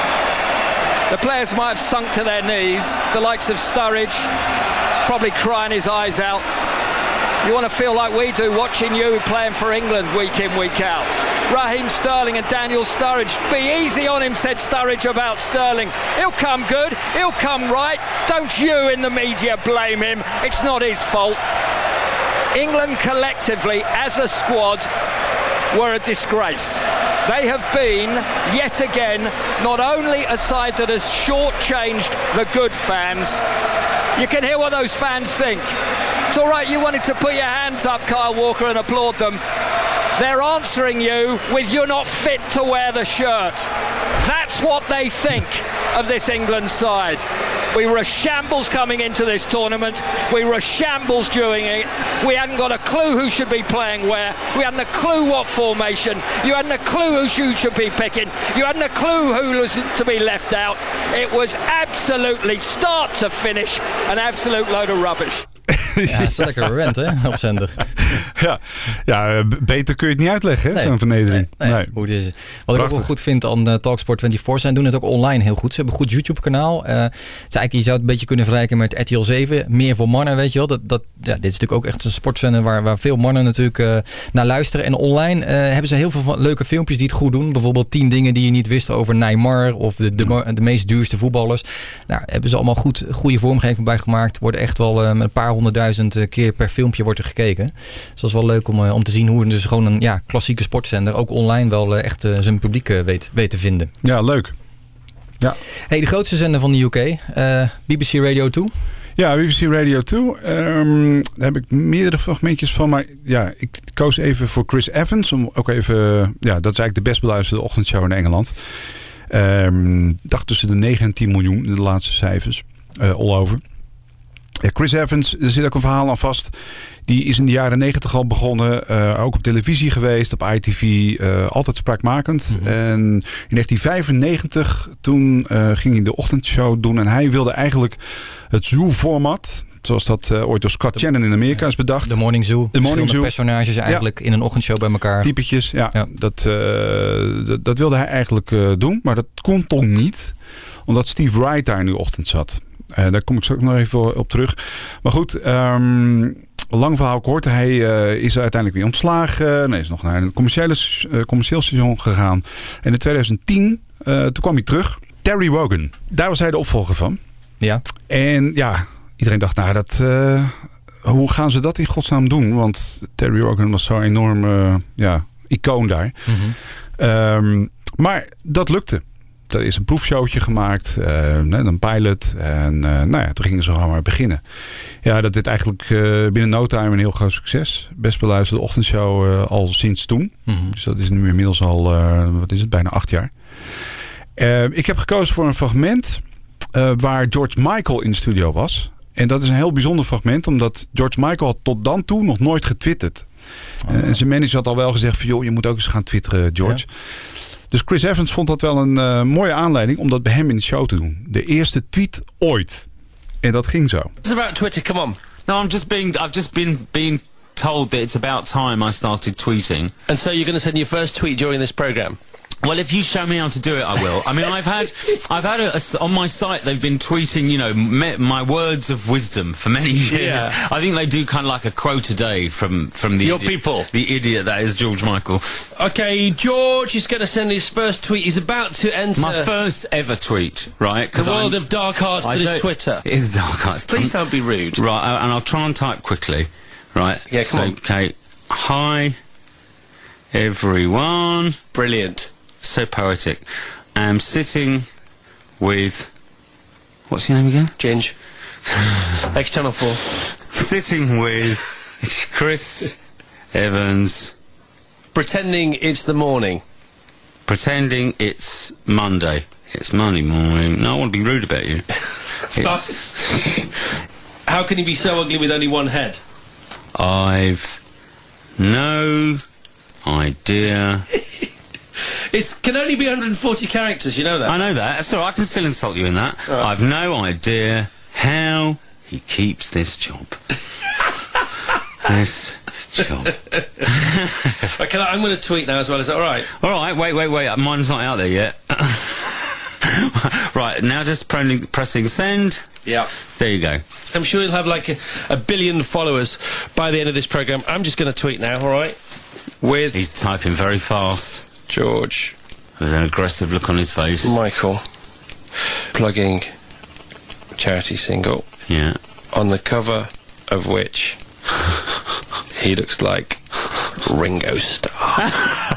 The players might have sunk to their knees, the likes of Sturridge, probably crying his eyes out. You want to feel like we do watching you playing for England week in, week out. Raheem Sterling and Daniel Sturridge. Be easy on him, said Sturridge about Sterling. He'll come good, he'll come right. Don't you in the media blame him. It's not his fault. England collectively as a squad were a disgrace. They have been, yet again, not only a side that has shortchanged the good fans. You can hear what those fans think. It's all right, you wanted to put your hands up, Kyle Walker, and applaud them. They're answering you with "you're not fit to wear the shirt." That's what they think of this England side. We were a shambles coming into this tournament. We were a shambles during it. We hadn't got a clue who should be playing where. We hadn't a clue what formation. You hadn't a clue who you should be picking. You hadn't a clue who was to be left out. It was absolutely start to finish an absolute load of rubbish. Ja, dat is lekker rant, hè, op zender. Ja, ja, beter kun je het niet uitleggen, hè, nee, zo'n vernedering. Nee, nee. Nee. Hoe het is. Wat ik ook wel goed vind aan uh, Talksport vierentwintig, zij doen het ook online heel goed. Ze hebben een goed YouTube-kanaal. Uh, eigenlijk, je zou het een beetje kunnen vergelijken met R T L zeven. Meer voor mannen, weet je wel. Dat, dat, ja, dit is natuurlijk ook echt een sportzender waar, waar veel mannen natuurlijk uh, naar luisteren. En online uh, hebben ze heel veel van, leuke filmpjes die het goed doen. Bijvoorbeeld tien dingen die je niet wist over Neymar of de, de, de meest duurste voetballers. Nou, hebben ze allemaal goed, goede vormgeving bij gemaakt. Worden echt wel uh, met een paar honderdduizend keer per filmpje wordt er gekeken. Dus dat is wel leuk om, uh, om te zien hoe dus gewoon een ja, klassieke sportzender ook online wel uh, echt uh, zijn publiek uh, weet, weet te vinden. Ja, leuk. Ja. Hey, de grootste zender van de U K, uh, B B C Radio twee. Ja, B B C Radio twee. Um, daar heb ik meerdere fragmentjes van. Maar ja, ik koos even voor Chris Evans. Om ook even, ja, dat is eigenlijk de best beluisterde ochtendshow in Engeland. Um, dacht tussen de negen en tien miljoen in de laatste cijfers. Uh, all over. Ja, Chris Evans, er zit ook een verhaal aan vast. Die is in de jaren negentig al begonnen. Uh, ook op televisie geweest, op I T V. Uh, altijd spraakmakend. Mm-hmm. En in negentien vijfennegentig, toen uh, ging hij de ochtendshow doen. En hij wilde eigenlijk het Zoo-format, zoals dat uh, ooit door Scott Shannon in Amerika is bedacht. De Morning Zoo. De Morning Zoo. Personages eigenlijk ja. in een ochtendshow bij elkaar. Typetjes, ja. ja. Dat, uh, dat, dat wilde hij eigenlijk uh, doen. Maar dat kon toch niet. Omdat Steve Wright daar in de ochtend zat. Uh, daar kom ik zo nog even op terug. Maar goed, um, lang verhaal kort. Hij uh, is uiteindelijk weer ontslagen. Nee, is nog naar een commerciële, uh, commercieel station gegaan. En in twintig tien, uh, toen kwam hij terug. Terry Wogan. Daar was hij de opvolger van. Ja. En ja, iedereen dacht, nou, dat, uh, hoe gaan ze dat in godsnaam doen? Want Terry Wogan was zo'n enorm uh, ja, icoon daar. Mm-hmm. Um, maar dat lukte. daar is een proefshowtje gemaakt. Uh, een pilot. En uh, nou ja, toen gingen ze gewoon maar beginnen. Ja, dat dit eigenlijk uh, binnen no time een heel groot succes. Best beluisterde ochtendshow uh, al sinds toen. Mm-hmm. Dus dat is nu inmiddels al, uh, wat is het, bijna acht jaar. Uh, ik heb gekozen voor een fragment uh, waar George Michael in de studio was. En dat is een heel bijzonder fragment, omdat George Michael had tot dan toe nog nooit getwitterd. Oh. Uh, en zijn manager had al wel gezegd van, joh, je moet ook eens gaan twitteren, George. Ja. Dus Chris Evans vond dat wel een uh, mooie aanleiding om dat bij hem in de show te doen. De eerste tweet ooit. En dat ging zo. It's about Twitter, come on. No, I'm just being, I've just been being told that it's about time I started tweeting. And so you're going to send your first tweet during this program? Well, if you show me how to do it, I will. I mean, I've had, I've had a, a, on my site, they've been tweeting, you know, me, my words of wisdom for many years. Yeah. I think they do kind of like a quote a day from, from the Your idiot, people. the idiot that is George Michael. Okay, George is going to send his first tweet. He's about to enter my first ever tweet, right? The world I'm, of dark arts that is Twitter. It is dark arts. Please don't be rude. Right, and I'll try and type quickly. Right. Yeah, come so, on. Okay. Hi, everyone. Brilliant. So poetic. I'm sitting with... What's your name again? Ginge. X Channel four. Sitting with Chris Evans. Pretending it's the morning. Pretending it's Monday. It's Monday morning. No, I want to be rude about you. Stop. How can he be so ugly with only one head? I've no idea... It can only be one hundred forty characters, you know that? I know that. That's all right. I can still insult you in that. Right. I've no idea how he keeps this job. This job. Okay, I'm going to tweet now as well. Is that all right? All right. Wait, wait, wait. Mine's not out there yet. Right. Now just pressing, pressing send. Yeah. There you go. I'm sure he'll have like a, a billion followers by the end of this program. I'm just going to tweet now, all right? With... He's typing very fast. George. With an aggressive look on his face. Michael. Plugging charity single. Yeah. On the cover of which he looks like Ringo Starr.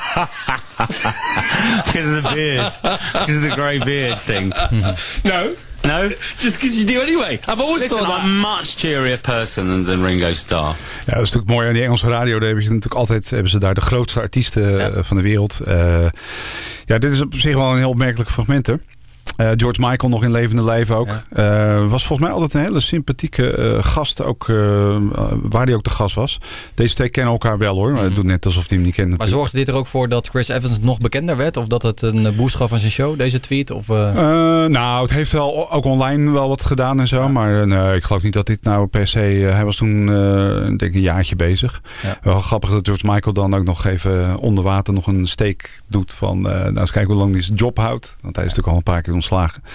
Because of the beard. Because of the grey beard thing. No. No? Just because you do anyway. I've always Listen, thought that. I'm a much cheerier person than, than Ringo Starr. Ja, dat is natuurlijk mooi aan die Engelse radio. Daar hebben ze natuurlijk altijd hebben ze daar de grootste artiesten ja. van de wereld. Uh, ja, dit is op zich wel een heel opmerkelijk fragment, hè. Uh, George Michael nog in levende lijf ook. Ja. Uh, was volgens mij altijd een hele sympathieke uh, gast, ook uh, waar hij ook de gast was. Deze twee kennen elkaar wel hoor. Mm-hmm. Het doet net alsof hij hem niet kent. Maar zorgde dit er ook voor dat Chris Evans nog bekender werd? Of dat het een boost gaf aan zijn show, deze tweet? Of, uh... Uh, nou, het heeft wel ook online wel wat gedaan en zo. Ja. Maar uh, ik geloof niet dat dit nou per se... Uh, hij was toen uh, denk ik een jaartje bezig. Ja. Wel grappig dat George Michael dan ook nog even onder water nog een steek doet van... Uh, nou, eens kijken hoe lang hij zijn job houdt. Want hij is natuurlijk al een paar keer ontslagen.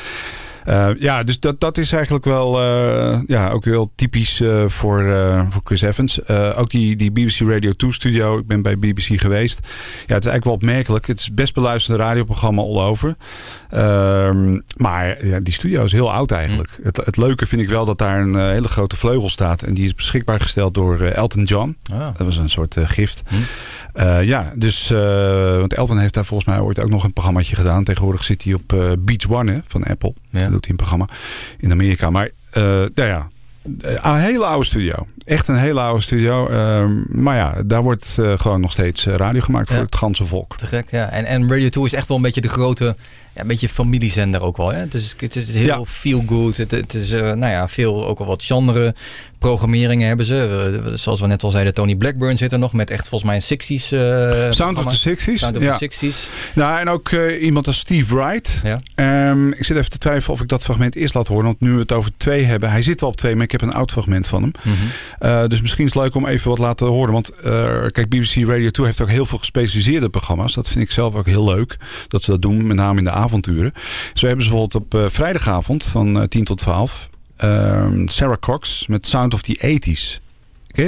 Uh, ja, dus dat, dat is eigenlijk wel uh, ja, ook heel typisch uh, voor, uh, voor Chris Evans. Uh, ook die, die B B C Radio twee studio. Ik ben bij B B C geweest. Ja, het is eigenlijk wel opmerkelijk. Het is best beluisterde radioprogramma all over. Uh, maar ja, die studio is heel oud eigenlijk. Mm. Het, het leuke vind ik wel dat daar een uh, hele grote vleugel staat. En die is beschikbaar gesteld door uh, Elton John. Ah. Dat was een soort uh, gift. Mm. Uh, ja, dus... Uh, want Elton heeft daar volgens mij ooit ook nog een programmaatje gedaan. Tegenwoordig zit hij op uh, Beach One hè, van Apple. Ja. Dat doet hij een programma in Amerika. Maar uh, ja, ja, een hele oude studio. Echt een hele oude studio. Uh, maar ja, daar wordt uh, gewoon nog steeds radio gemaakt ja. voor het ganse volk. Te gek, ja. En, en Radio twee is echt wel een beetje de grote... Ja, een beetje familiezender ook wel. Hè? Het, is, het is heel ja. feel good. Het, het is uh, nou ja, veel ook al wat genre programmeringen hebben ze. Uh, zoals we net al zeiden, Tony Blackburn zit er nog met echt volgens mij een zesties. Uh, Sound programma. of the sixties. Sound of ja. the sixties. Nou, en ook uh, iemand als Steve Wright. Ja. Um, ik zit even te twijfelen of ik dat fragment eerst laat horen. Want nu we het over twee hebben. Hij zit wel op twee, maar ik heb een oud fragment van hem. Mm-hmm. Uh, dus misschien is het leuk om even wat laten horen. Want uh, kijk, B B C Radio twee heeft ook heel veel gespecialiseerde programma's. Dat vind ik zelf ook heel leuk. Dat ze dat doen, met name in de avonturen. Zo hebben ze bijvoorbeeld op uh, vrijdagavond van uh, tien tot twaalf... Uh, Sarah Cox met Sound of the eighties. Ken je dat?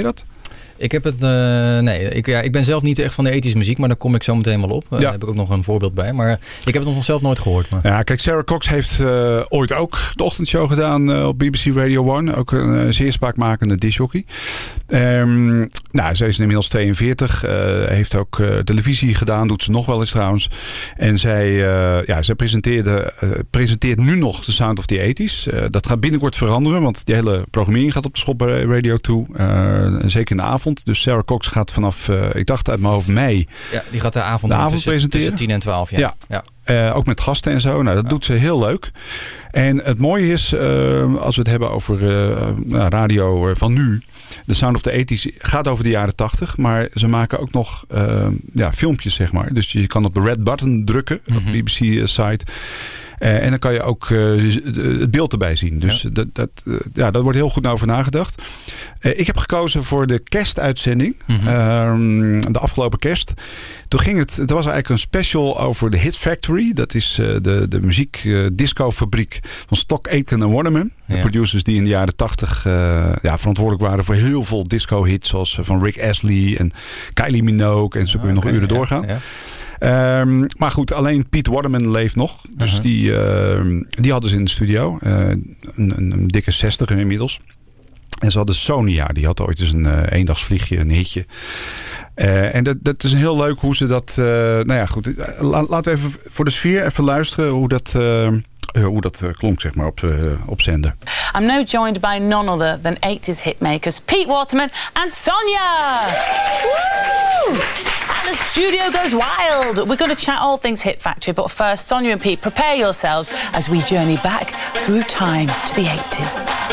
Ik heb het, uh, nee, ik, ja, ik ben zelf niet echt van de ethische muziek, maar daar kom ik zo meteen wel op. Uh, ja. Daar heb ik ook nog een voorbeeld bij, maar ik heb het nog zelf nooit gehoord. Maar. Ja, kijk, Sarah Cox heeft uh, ooit ook de ochtendshow gedaan uh, op B B C Radio One. Ook een uh, zeer spraakmakende discjockey. Um, nou, ze is inmiddels tweeënveertig, uh, heeft ook uh, televisie gedaan, doet ze nog wel eens trouwens. En zij, uh, ja, zij presenteerde, uh, presenteert nu nog de Sound of the eighties. Uh, dat gaat binnenkort veranderen, want die hele programmering gaat op de schop bij Radio twee. Uh, zeker in de avond. Dus Sarah Cox gaat vanaf, uh, ik dacht uit mijn hoofd, mei. Ja, die gaat de avond, de avond tussen, presenteren. Tussen tien en twaalf, ja. ja. ja. Uh, ook met gasten en zo. Nou, dat ja. doet ze heel leuk. En het mooie is, uh, als we het hebben over uh, nou, radio van nu. De Sound of the eighties gaat over de jaren tachtig. Maar ze maken ook nog uh, ja, filmpjes, zeg maar. Dus je kan op de red button drukken. Mm-hmm. Op de B B C-site. Uh, en dan kan je ook uh, het beeld erbij zien. Dus ja. Dat, dat, uh, ja, daar wordt heel goed over nagedacht. Uh, ik heb gekozen voor de kerstuitzending. Mm-hmm. uh, de afgelopen kerst. Toen ging het, het was eigenlijk een special over de Hit Factory. Dat is uh, de, de muziek uh, discofabriek van Stock Aitken en Waterman. Ja. De producers die in de jaren tachtig uh, ja, verantwoordelijk waren voor heel veel disco hits. Zoals uh, van Rick Astley en Kylie Minogue. En zo kun je ah, nog okay, uren ja, doorgaan. Ja. Um, maar goed, alleen Pete Waterman leeft nog. Dus uh-huh. die, uh, die hadden ze in de studio. Uh, een, een, een dikke zestiger inmiddels. En ze hadden Sonia. Die had ooit eens een uh, eendagsvliegje, een hitje. Uh, en dat, dat is heel leuk hoe ze dat... Uh, nou ja, goed. La, laten we even voor de sfeer even luisteren hoe dat... Uh, Uh, hoe dat uh, klonk, zeg maar, op, uh, op zender. I'm now joined by none other than eighties hitmakers Pete Waterman and Sonia! Woo! And the studio goes wild. We're going to chat all things Hit Factory, but first, Sonia and Pete, prepare yourselves as we journey back through time to the eighties.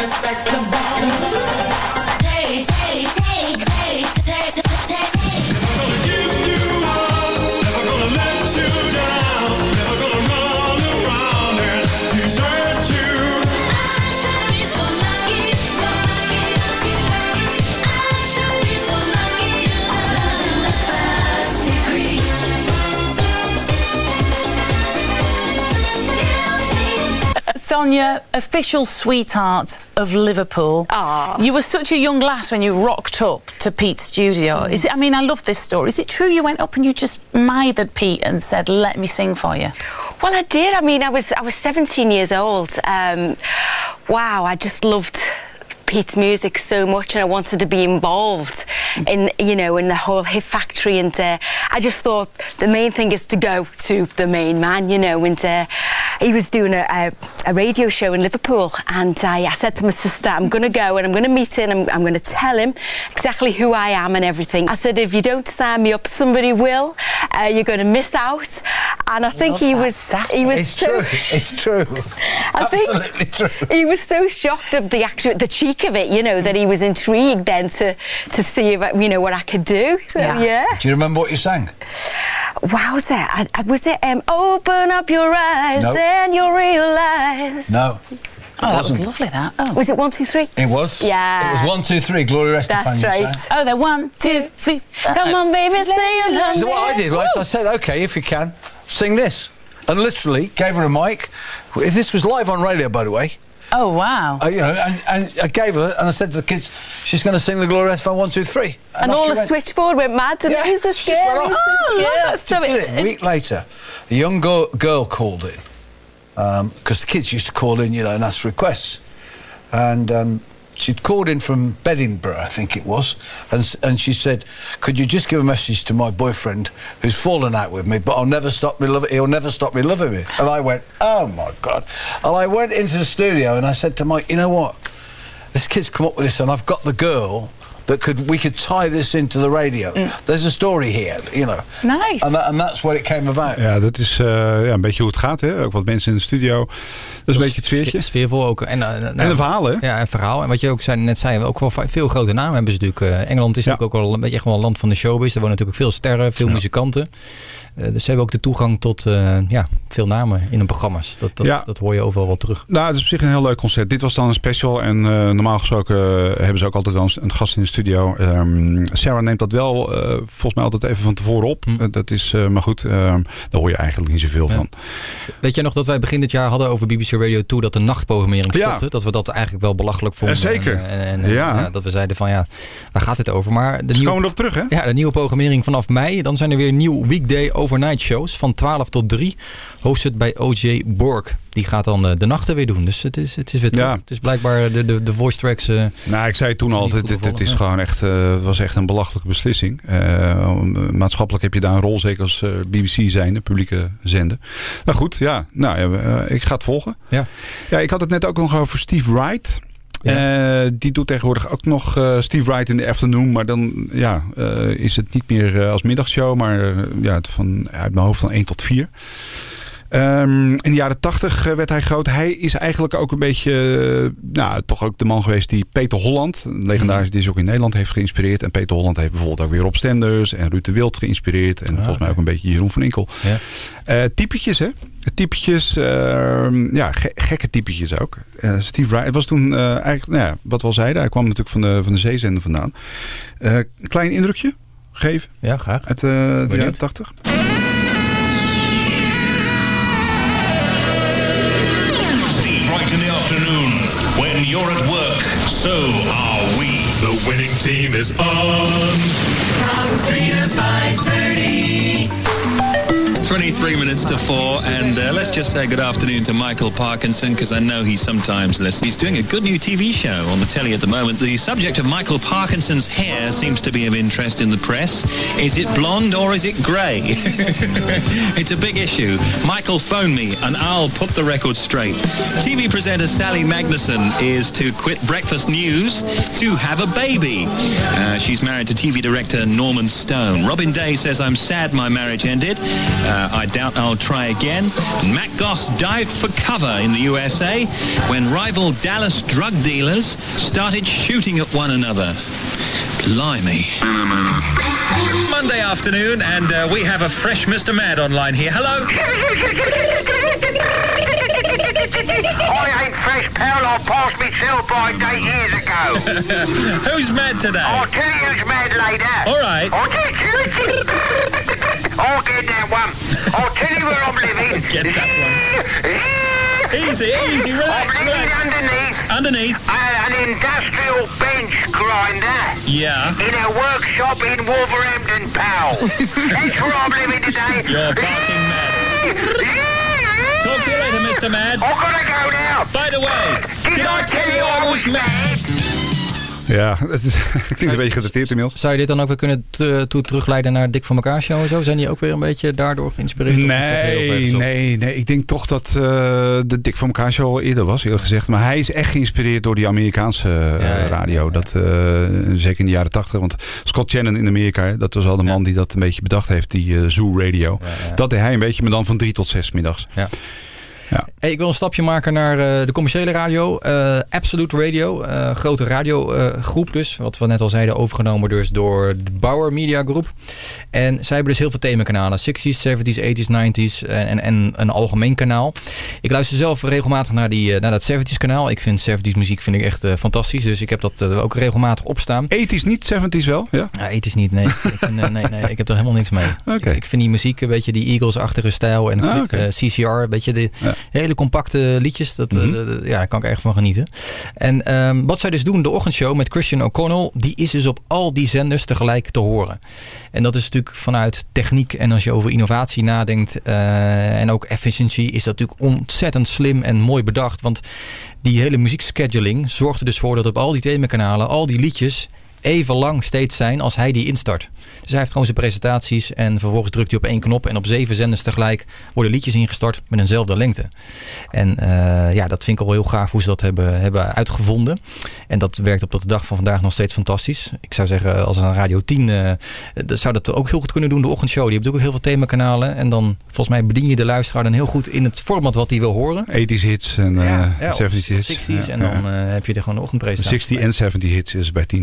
Take, take, take, take, take, take, take. Sonia, official sweetheart of Liverpool. Aww. You were such a young lass when you rocked up to Pete's studio. Is it, I mean, I love this story. Is it true you went up and you just mithered Pete and said, let me sing for you? Well, I did. I mean, I was I was seventeen years old. Um, wow, I just loved Pete's music so much, and I wanted to be involved in, you know, in the whole Hit Factory. And uh, I just thought the main thing is to go to the main man, you know. And uh, he was doing a, a, a radio show in Liverpool, and I, I said to my sister, I'm going to go and I'm going to meet him. I'm, I'm going to tell him exactly who I am and everything. I said, if you don't sign me up, somebody will. Uh, you're going to miss out. And I think he was, he was. It's so, true. It's true. I Absolutely think true. He was so shocked of the actual, the cheek of it, you know, that he was intrigued then to to see if I, you know, what I could do. So yeah. yeah. Do you remember what you sang? Wow, was it? I, I, was it? Um, open up your eyes, no. then you'll realise. No. Oh, that was lovely, that. Oh. Was it one, two, three? It was. Yeah. It was one, two, three. Gloria Estefan. That's right. Sang. Oh, they're one, two, three. Come on, baby, say your love. So what I did was I said, OK, if you can, sing this. And literally gave her a mic. This was live on radio, by the way. Oh, wow. Uh, you know, and, and I gave her, and I said to the kids, she's going to sing the Gloria Estefan one, two, three. And, and all the went. switchboard went mad. And yeah, who's the she scare? just went off. Oh, yeah, that's so did it. A week later, a young girl, girl called in, because um, the kids used to call in, you know, and ask requests. And um, she'd called in from Bedingborough, I think it was, and, and she said, could you just give a message to my boyfriend who's fallen out with me, but I'll never stop me loving, he'll never stop me loving me. And I went, oh my God. And I went into the studio and I said to Mike, you know what? This kid's come up with this and I've got the girl that could we could tie this into the radio. Mm. There's a story here, you know. Nice. And, that, and that's what it came about. Ja, dat is uh, ja, een beetje hoe het gaat, hè. Ook wat mensen in de studio. Dat is een beetje het sfeertje. Sfeervol ook. En, uh, nou, en een verhaal, hè? Ja, een verhaal. En wat je ook zei, net zei, ook wel veel grote namen hebben ze natuurlijk. Uh, Engeland is ja. natuurlijk ook wel een beetje echt wel een land van de showbiz. Er wonen natuurlijk ook veel sterren, veel ja. muzikanten. Uh, dus ze hebben ook de toegang tot uh, ja, veel namen in hun programma's. Dat, dat, ja. dat hoor je overal wel terug. Nou, het is op zich een heel leuk concert. Dit was dan een special. En uh, normaal gesproken uh, hebben ze ook altijd wel een, een gast in de studio. Um, Sarah neemt dat wel uh, volgens mij altijd even van tevoren op. Hm. Uh, dat is, uh, maar goed, uh, daar hoor je eigenlijk niet zoveel ja. van. Weet jij nog dat wij begin dit jaar hadden over B B C Radio twee dat de nachtprogrammering stopte? Ja. Dat we dat eigenlijk wel belachelijk vonden. Ja, zeker. En, en, en, ja. Ja, dat we zeiden van ja, waar gaat het over? Maar de dus nieuwe, komen we op terug, hè? Ja, de nieuwe programmering vanaf mei. Dan zijn er weer nieuw weekday overnight shows van twaalf tot drie. Hosted bij O J Borg. Die gaat dan uh, de nachten weer doen. Dus het is, het is weer terug. Ja. Het is blijkbaar de, de, de voice tracks. Uh, nou, ik zei toen al, het, het, het is ja. gewoon echt, uh, het was echt een belachelijke beslissing. Uh, maatschappelijk heb je daar een rol, zeker als uh, B B C zijnde, publieke zender. Nou goed, ja, nou, uh, ik ga het volgen. Ja. Ja, ik had het net ook nog over Steve Wright. Ja. Uh, die doet tegenwoordig ook nog uh, Steve Wright in the Afternoon. Maar dan ja, uh, is het niet meer uh, als middagshow. Maar uh, ja, van, uit mijn hoofd van één tot vier. Um, in de jaren tachtig werd hij groot. Hij is eigenlijk ook een beetje, uh, nou, toch ook de man geweest die Peter Holland, een legendarische die ook in Nederland heeft geïnspireerd. En Peter Holland heeft bijvoorbeeld ook weer Rob Stenders en Ruud de Wild geïnspireerd. En ah, volgens mij ook een beetje Jeroen van Inkel. Ja. Uh, typetjes, hè? Typetjes, uh, ja, ge- gekke typetjes ook. Uh, Steve Wright, het was toen uh, eigenlijk, nou ja, wat we al zeiden, hij kwam natuurlijk van de, van de zeezender vandaan. Uh, een klein indrukje geven. Ja, graag. Uit uh, de jaren tachtig. In the afternoon, when you're at work, so are we. The winning team is on from three to five thirty. twenty-three minutes to four, and uh, let's just say good afternoon to Michael Parkinson, because I know he sometimes listens. He's doing a good new T V show on the telly at the moment. The subject of Michael Parkinson's hair seems to be of interest in the press. Is it blonde or is it grey? It's a big issue. Michael, phone me and I'll put the record straight. T V presenter Sally Magnuson is to quit breakfast news to have a baby. Uh, she's married to T V director Norman Stone. Robin Day says, I'm sad my marriage ended. Uh, I doubt I'll try again. And Matt Goss dived for cover in the U S A when rival Dallas drug dealers started shooting at one another. Blimey. Monday afternoon, and uh, we have a fresh Mister Mad online here. Hello. I ain't fresh, pal. I passed my sell-by date years ago. Who's mad today? I'll tell you who's mad later. All right. I'll tell you. I'll get that one. I'll tell you where I'm living. Get that one. Easy, easy, relax, I'm living relax. underneath. Underneath? Uh, an industrial bench grinder. Yeah. In a workshop in Wolverhampton, pal. That's where I'm living today. You're barking mad. Talk to you later, Mister Mad. I've got to go now. By the way, did, did I tell you I was mad? Ja, het is, klinkt een beetje gedateerd inmiddels. Zou je dit dan ook weer kunnen t- toe terugleiden naar Dik voor elkaar show en zo? Zijn die ook weer een beetje daardoor geïnspireerd? Nee, nee, nee. Ik denk toch dat uh, de Dik voor elkaar show al eerder was, eerlijk gezegd. Maar hij is echt geïnspireerd door die Amerikaanse uh, ja, ja, radio. Ja. Dat, uh, zeker in de jaren tachtig. Want Scott Shannon in Amerika, dat was al de man ja. die dat een beetje bedacht heeft. Die uh, Zoo Radio. Ja, ja. Dat deed hij een beetje, maar dan van drie tot zes middags. Ja. Ja. Hey, ik wil een stapje maken naar uh, de commerciële radio. Uh, Absolute Radio. Uh, grote radiogroep uh, dus. Wat we net al zeiden, overgenomen dus door de Bauer Media Group. En zij hebben dus heel veel themakanalen. zestig's, zeventig's, tachtig's, negentig's en, en, en een algemeen kanaal. Ik luister zelf regelmatig naar, die, naar dat zeventig's kanaal. Ik vind zeventig's muziek vind ik echt uh, fantastisch. Dus ik heb dat uh, ook regelmatig opstaan. tachtig's niet, zeventig's wel? Ja, ja tachtig's niet, nee. ik, vind, uh, nee, nee. Ik heb er helemaal niks mee. Okay. Ik, ik vind die muziek een beetje die Eagles-achtige stijl. En ah, okay. uh, C C R, een beetje de... Ja. Hele compacte liedjes, dat, mm-hmm. uh, ja, daar kan ik erg van genieten. En um, wat zij dus doen, de ochtendshow met Christian O'Connell, die is dus op al die zenders tegelijk te horen. En dat is natuurlijk vanuit techniek en als je over innovatie nadenkt uh, en ook efficiëntie, is dat natuurlijk ontzettend slim en mooi bedacht. Want die hele muziekscheduling zorgt er dus voor dat op al die themakanalen, al die liedjes even lang steeds zijn als hij die instart. Dus hij heeft gewoon zijn presentaties en vervolgens drukt hij op één knop en op zeven zenders tegelijk worden liedjes ingestart met eenzelfde lengte. En uh, ja, dat vind ik al heel gaaf hoe ze dat hebben, hebben uitgevonden. En dat werkt op de dag van vandaag nog steeds fantastisch. Ik zou zeggen, als een Radio tien uh, zou dat ook heel goed kunnen doen, de ochtendshow. Die heeft ook heel veel themakanalen en dan volgens mij bedien je de luisteraar dan heel goed in het format wat hij wil horen. tachtig's hits en uh, ja, ja, zeventig's hits. zestig's ja, en dan ja. uh, heb je er gewoon de ochtendpresentatie. zestig en zeventig hits is bij tien trouwens.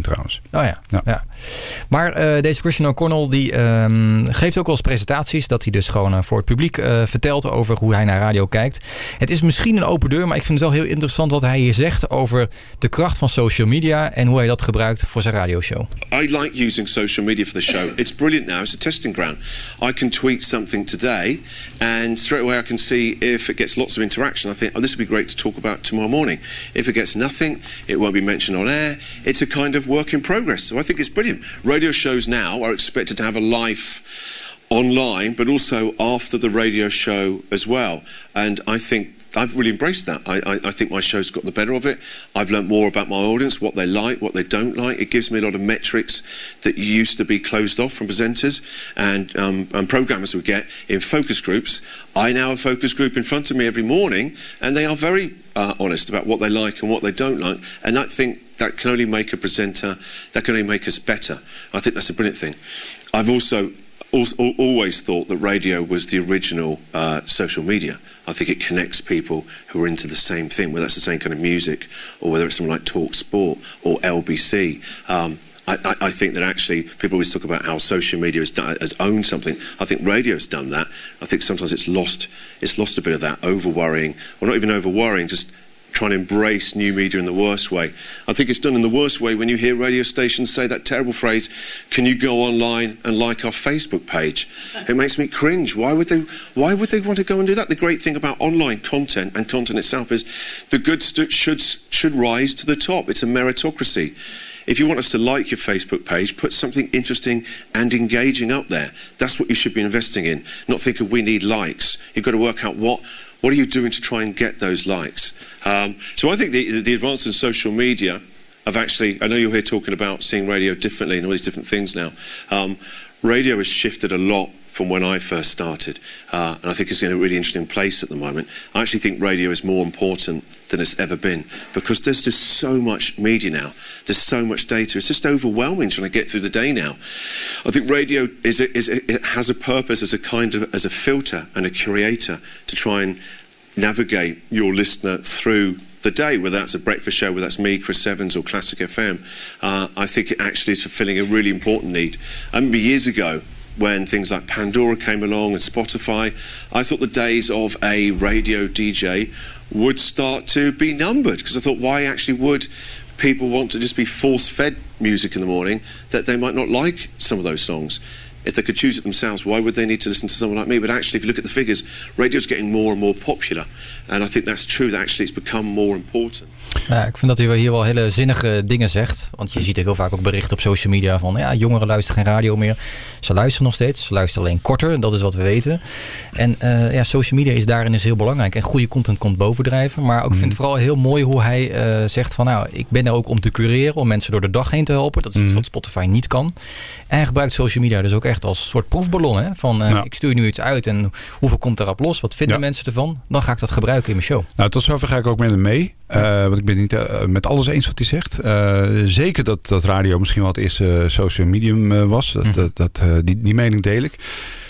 Oh ja, ja. ja. Maar uh, deze Christian O'Connell die um, geeft ook wel eens presentaties. Dat hij dus gewoon uh, voor het publiek uh, vertelt over hoe hij naar radio kijkt. Het is misschien een open deur, maar ik vind het wel heel interessant wat hij hier zegt over de kracht van social media en hoe hij dat gebruikt voor zijn radioshow. I like using social media for the show. It's brilliant now. It's a testing ground. I can tweet something today and straight away I can see if it gets lots of interaction. I think, oh, this would be great to talk about tomorrow morning. If it gets nothing, it won't be mentioned on air. It's a kind of work in progress. So I think it's brilliant. Radio shows now are expected to have a life online, but also after the radio show as well. And I think I've really embraced that. I, I, I think my show's got the better of it. I've learnt more about my audience, what they like, what they don't like. It gives me a lot of metrics that used to be closed off from presenters and, um, and programmers would get in focus groups. I now have a focus group in front of me every morning, and they are very uh, honest about what they like and what they don't like. And I think that can only make a presenter, that can only make us better. I think that's a brilliant thing. I've also Also, always thought that radio was the original uh, social media. I think it connects people who are into the same thing, whether that's the same kind of music or whether it's something like Talk Sport or L B C. Um, I, I, I think that actually people always talk about how social media has, done, has owned something. I think radio's done that. I think sometimes it's lost, it's lost a bit of that over-worrying, or not even over-worrying, just trying to embrace new media in the worst way. I think it's done in the worst way when you hear radio stations say that terrible phrase, can you go online and like our Facebook page? It makes me cringe. Why would they Why would they want to go and do that? The great thing about online content and content itself is the good st- should, should rise to the top. It's a meritocracy. If you want us to like your Facebook page, put something interesting and engaging up there. That's what you should be investing in. Not thinking we need likes. You've got to work out what what are you doing to try and get those likes. Um, so I think the, the advance in social media have actually, I know you're here talking about seeing radio differently and all these different things now. Um, radio has shifted a lot from when I first started. Uh, and I think it's in a really interesting place at the moment. I actually think radio is more important than it's ever been because there's just so much media now. There's so much data. It's just overwhelming trying to get through the day now. I think radio is a, is a, it has a purpose as a kind of as a filter and a curator to try and navigate your listener through the day, whether that's a breakfast show, whether that's me, Chris Evans, or Classic F M. Uh, I think it actually is fulfilling a really important need. I remember years ago when things like Pandora came along and Spotify, I thought the days of a radio D J would start to be numbered because I thought, why actually would people want to just be force-fed music in the morning that they might not like some of those songs? If they could choose it themselves, why would they need to listen to someone like me? But actually, if you look at the figures, radio's getting more and more popular. And I think that's true, that actually it's become more important. Ja, ik vind dat hij hier wel hele zinnige dingen zegt. Want je ziet er heel vaak ook berichten op social media van ja, jongeren luisteren geen radio meer. Ze luisteren nog steeds. Ze luisteren alleen korter. Dat is wat we weten. En uh, ja, social media is daarin dus heel belangrijk. En goede content komt bovendrijven. Maar ook mm. vind het vooral heel mooi hoe hij uh, zegt van nou, ik ben er ook om te cureren. Om mensen door de dag heen te helpen. Dat is mm. iets wat Spotify niet kan. En hij gebruikt social media dus ook echt als soort proefballon. Hè? Van uh, ja. ik stuur nu iets uit en hoeveel komt erop los? Wat vinden ja. mensen ervan? Dan ga ik dat gebruiken in mijn show. Nou, tot zover ga ik ook met hem mee. Uh, want ik ben niet uh, met alles eens wat hij zegt. Uh, zeker dat, dat radio misschien wel het eerste social medium uh, was. Dat, mm. dat, dat, uh, die, die mening deel ik.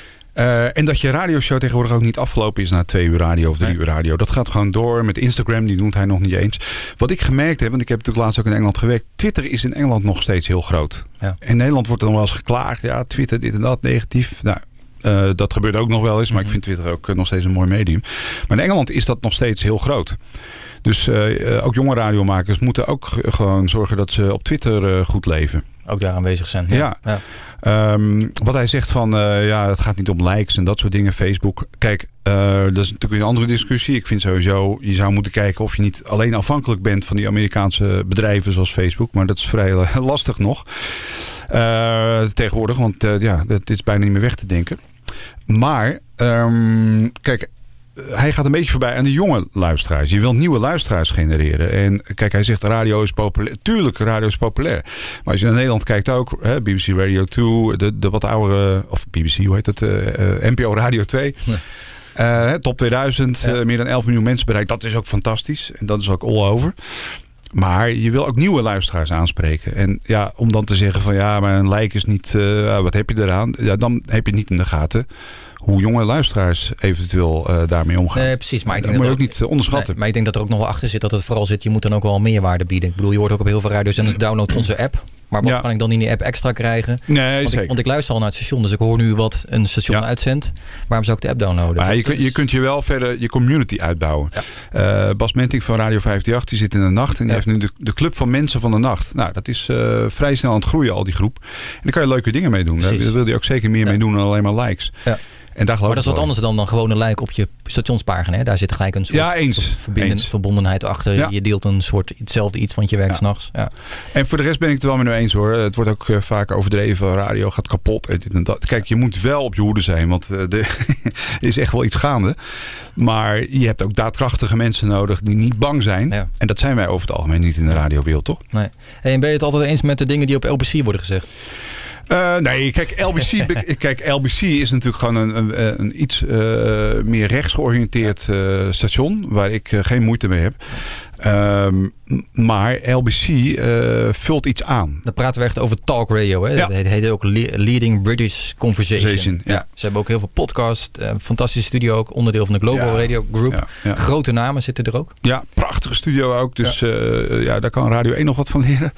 Uh, en dat je radioshow tegenwoordig ook niet afgelopen is na twee uur radio of drie nee. uur radio. Dat gaat gewoon door met Instagram. Die noemt hij nog niet eens. Wat ik gemerkt heb, want ik heb natuurlijk laatst ook in Engeland gewerkt. Twitter is in Engeland nog steeds heel groot. Ja. In Nederland wordt er dan wel eens geklaagd. Ja, Twitter dit en dat, negatief. Nou, uh, dat gebeurt ook nog wel eens. Maar mm-hmm. ik vind Twitter ook uh, nog steeds een mooi medium. Maar in Engeland is dat nog steeds heel groot. Dus uh, ook jonge radiomakers moeten ook g- gewoon zorgen dat ze op Twitter uh, goed leven. Ook daar aanwezig zijn. Ja. ja. ja. Um, wat hij zegt van, uh, ja, het gaat niet om likes en dat soort dingen. Facebook. Kijk, uh, dat is natuurlijk een andere discussie. Ik vind sowieso, je zou moeten kijken of je niet alleen afhankelijk bent van die Amerikaanse bedrijven zoals Facebook. Maar dat is vrij lastig nog. Uh, tegenwoordig, want uh, ja, dat is bijna niet meer weg te denken. Maar, um, kijk... hij gaat een beetje voorbij aan de jonge luisteraars. Je wilt nieuwe luisteraars genereren. En kijk, hij zegt radio is populair. Tuurlijk, radio is populair. Maar als je naar Nederland kijkt ook, hè, B B C Radio twee, de, de wat oudere, of B B C, hoe heet het, uh, uh, N P O Radio twee. Ja. Uh, top tweeduizend, ja. uh, meer dan elf miljoen mensen bereikt. Dat is ook fantastisch. En dat is ook all over. Maar je wil ook nieuwe luisteraars aanspreken. En ja, om dan te zeggen van ja, maar een like is niet, uh, wat heb je eraan? Ja, dan heb je niet in de gaten hoe jonge luisteraars eventueel uh, daarmee omgaan. Nee, precies. Maar ik denk dat dat moet je ook niet uh, onderschatten. Nee, maar ik denk dat er ook nog wel achter zit dat het vooral zit. Je moet dan ook wel meerwaarde bieden. Ik bedoel, je hoort ook op heel veel radio's en download onze app. Maar wat ja. kan ik dan in die app extra krijgen? Nee, want, zeker. Ik, want ik luister al naar het station, dus ik hoor nu wat een station ja. uitzendt. Waarom zou ik de app downloaden? Maar je, kun, je kunt je wel verder je community uitbouwen. Ja. Uh, Bas Menting van Radio vijfenveertig, die zit in de nacht. En die ja. heeft nu de, de Club van Mensen van de Nacht. Nou, dat is uh, vrij snel aan het groeien, al die groep. En daar kan je leuke dingen mee doen. Daar, daar wil je ook zeker meer ja. mee doen dan alleen maar likes. Ja. En daar maar dat is wat anders dan, dan gewoon een like op je stationspagina. Hè? Daar zit gelijk een soort ja, eens. Verbinden, eens. verbondenheid achter. Ja. Je deelt een soort hetzelfde iets, want je werkt ja. 's nachts. Ja. En voor de rest ben ik het wel met u eens hoor. Het wordt ook uh, vaak overdreven. Radio gaat kapot. En dit en dat. Kijk, je moet wel op je hoede zijn. Want uh, er is echt wel iets gaande. Maar je hebt ook daadkrachtige mensen nodig die niet bang zijn. Ja. En dat zijn wij over het algemeen niet in de radiowereld, toch? Nee. Hey, en ben je het altijd eens met de dingen die op L B C worden gezegd? Uh, nee, kijk, L B C, kijk, L B C is natuurlijk gewoon een, een, een iets uh, meer rechtsgeoriënteerd uh, station, waar ik uh, geen moeite mee heb. Um, maar L B C uh, vult iets aan. Dan praten we echt over talk radio. Hè? Ja. Het heet ook Leading British Conversation. Conversation ja. Ja. Ze hebben ook heel veel podcasts. Uh, fantastische studio ook. Onderdeel van de Global ja. Radio Group. Ja. Ja. Grote namen zitten er ook. Ja, prachtige studio ook. Dus ja, uh, ja daar kan Radio één nog wat van leren.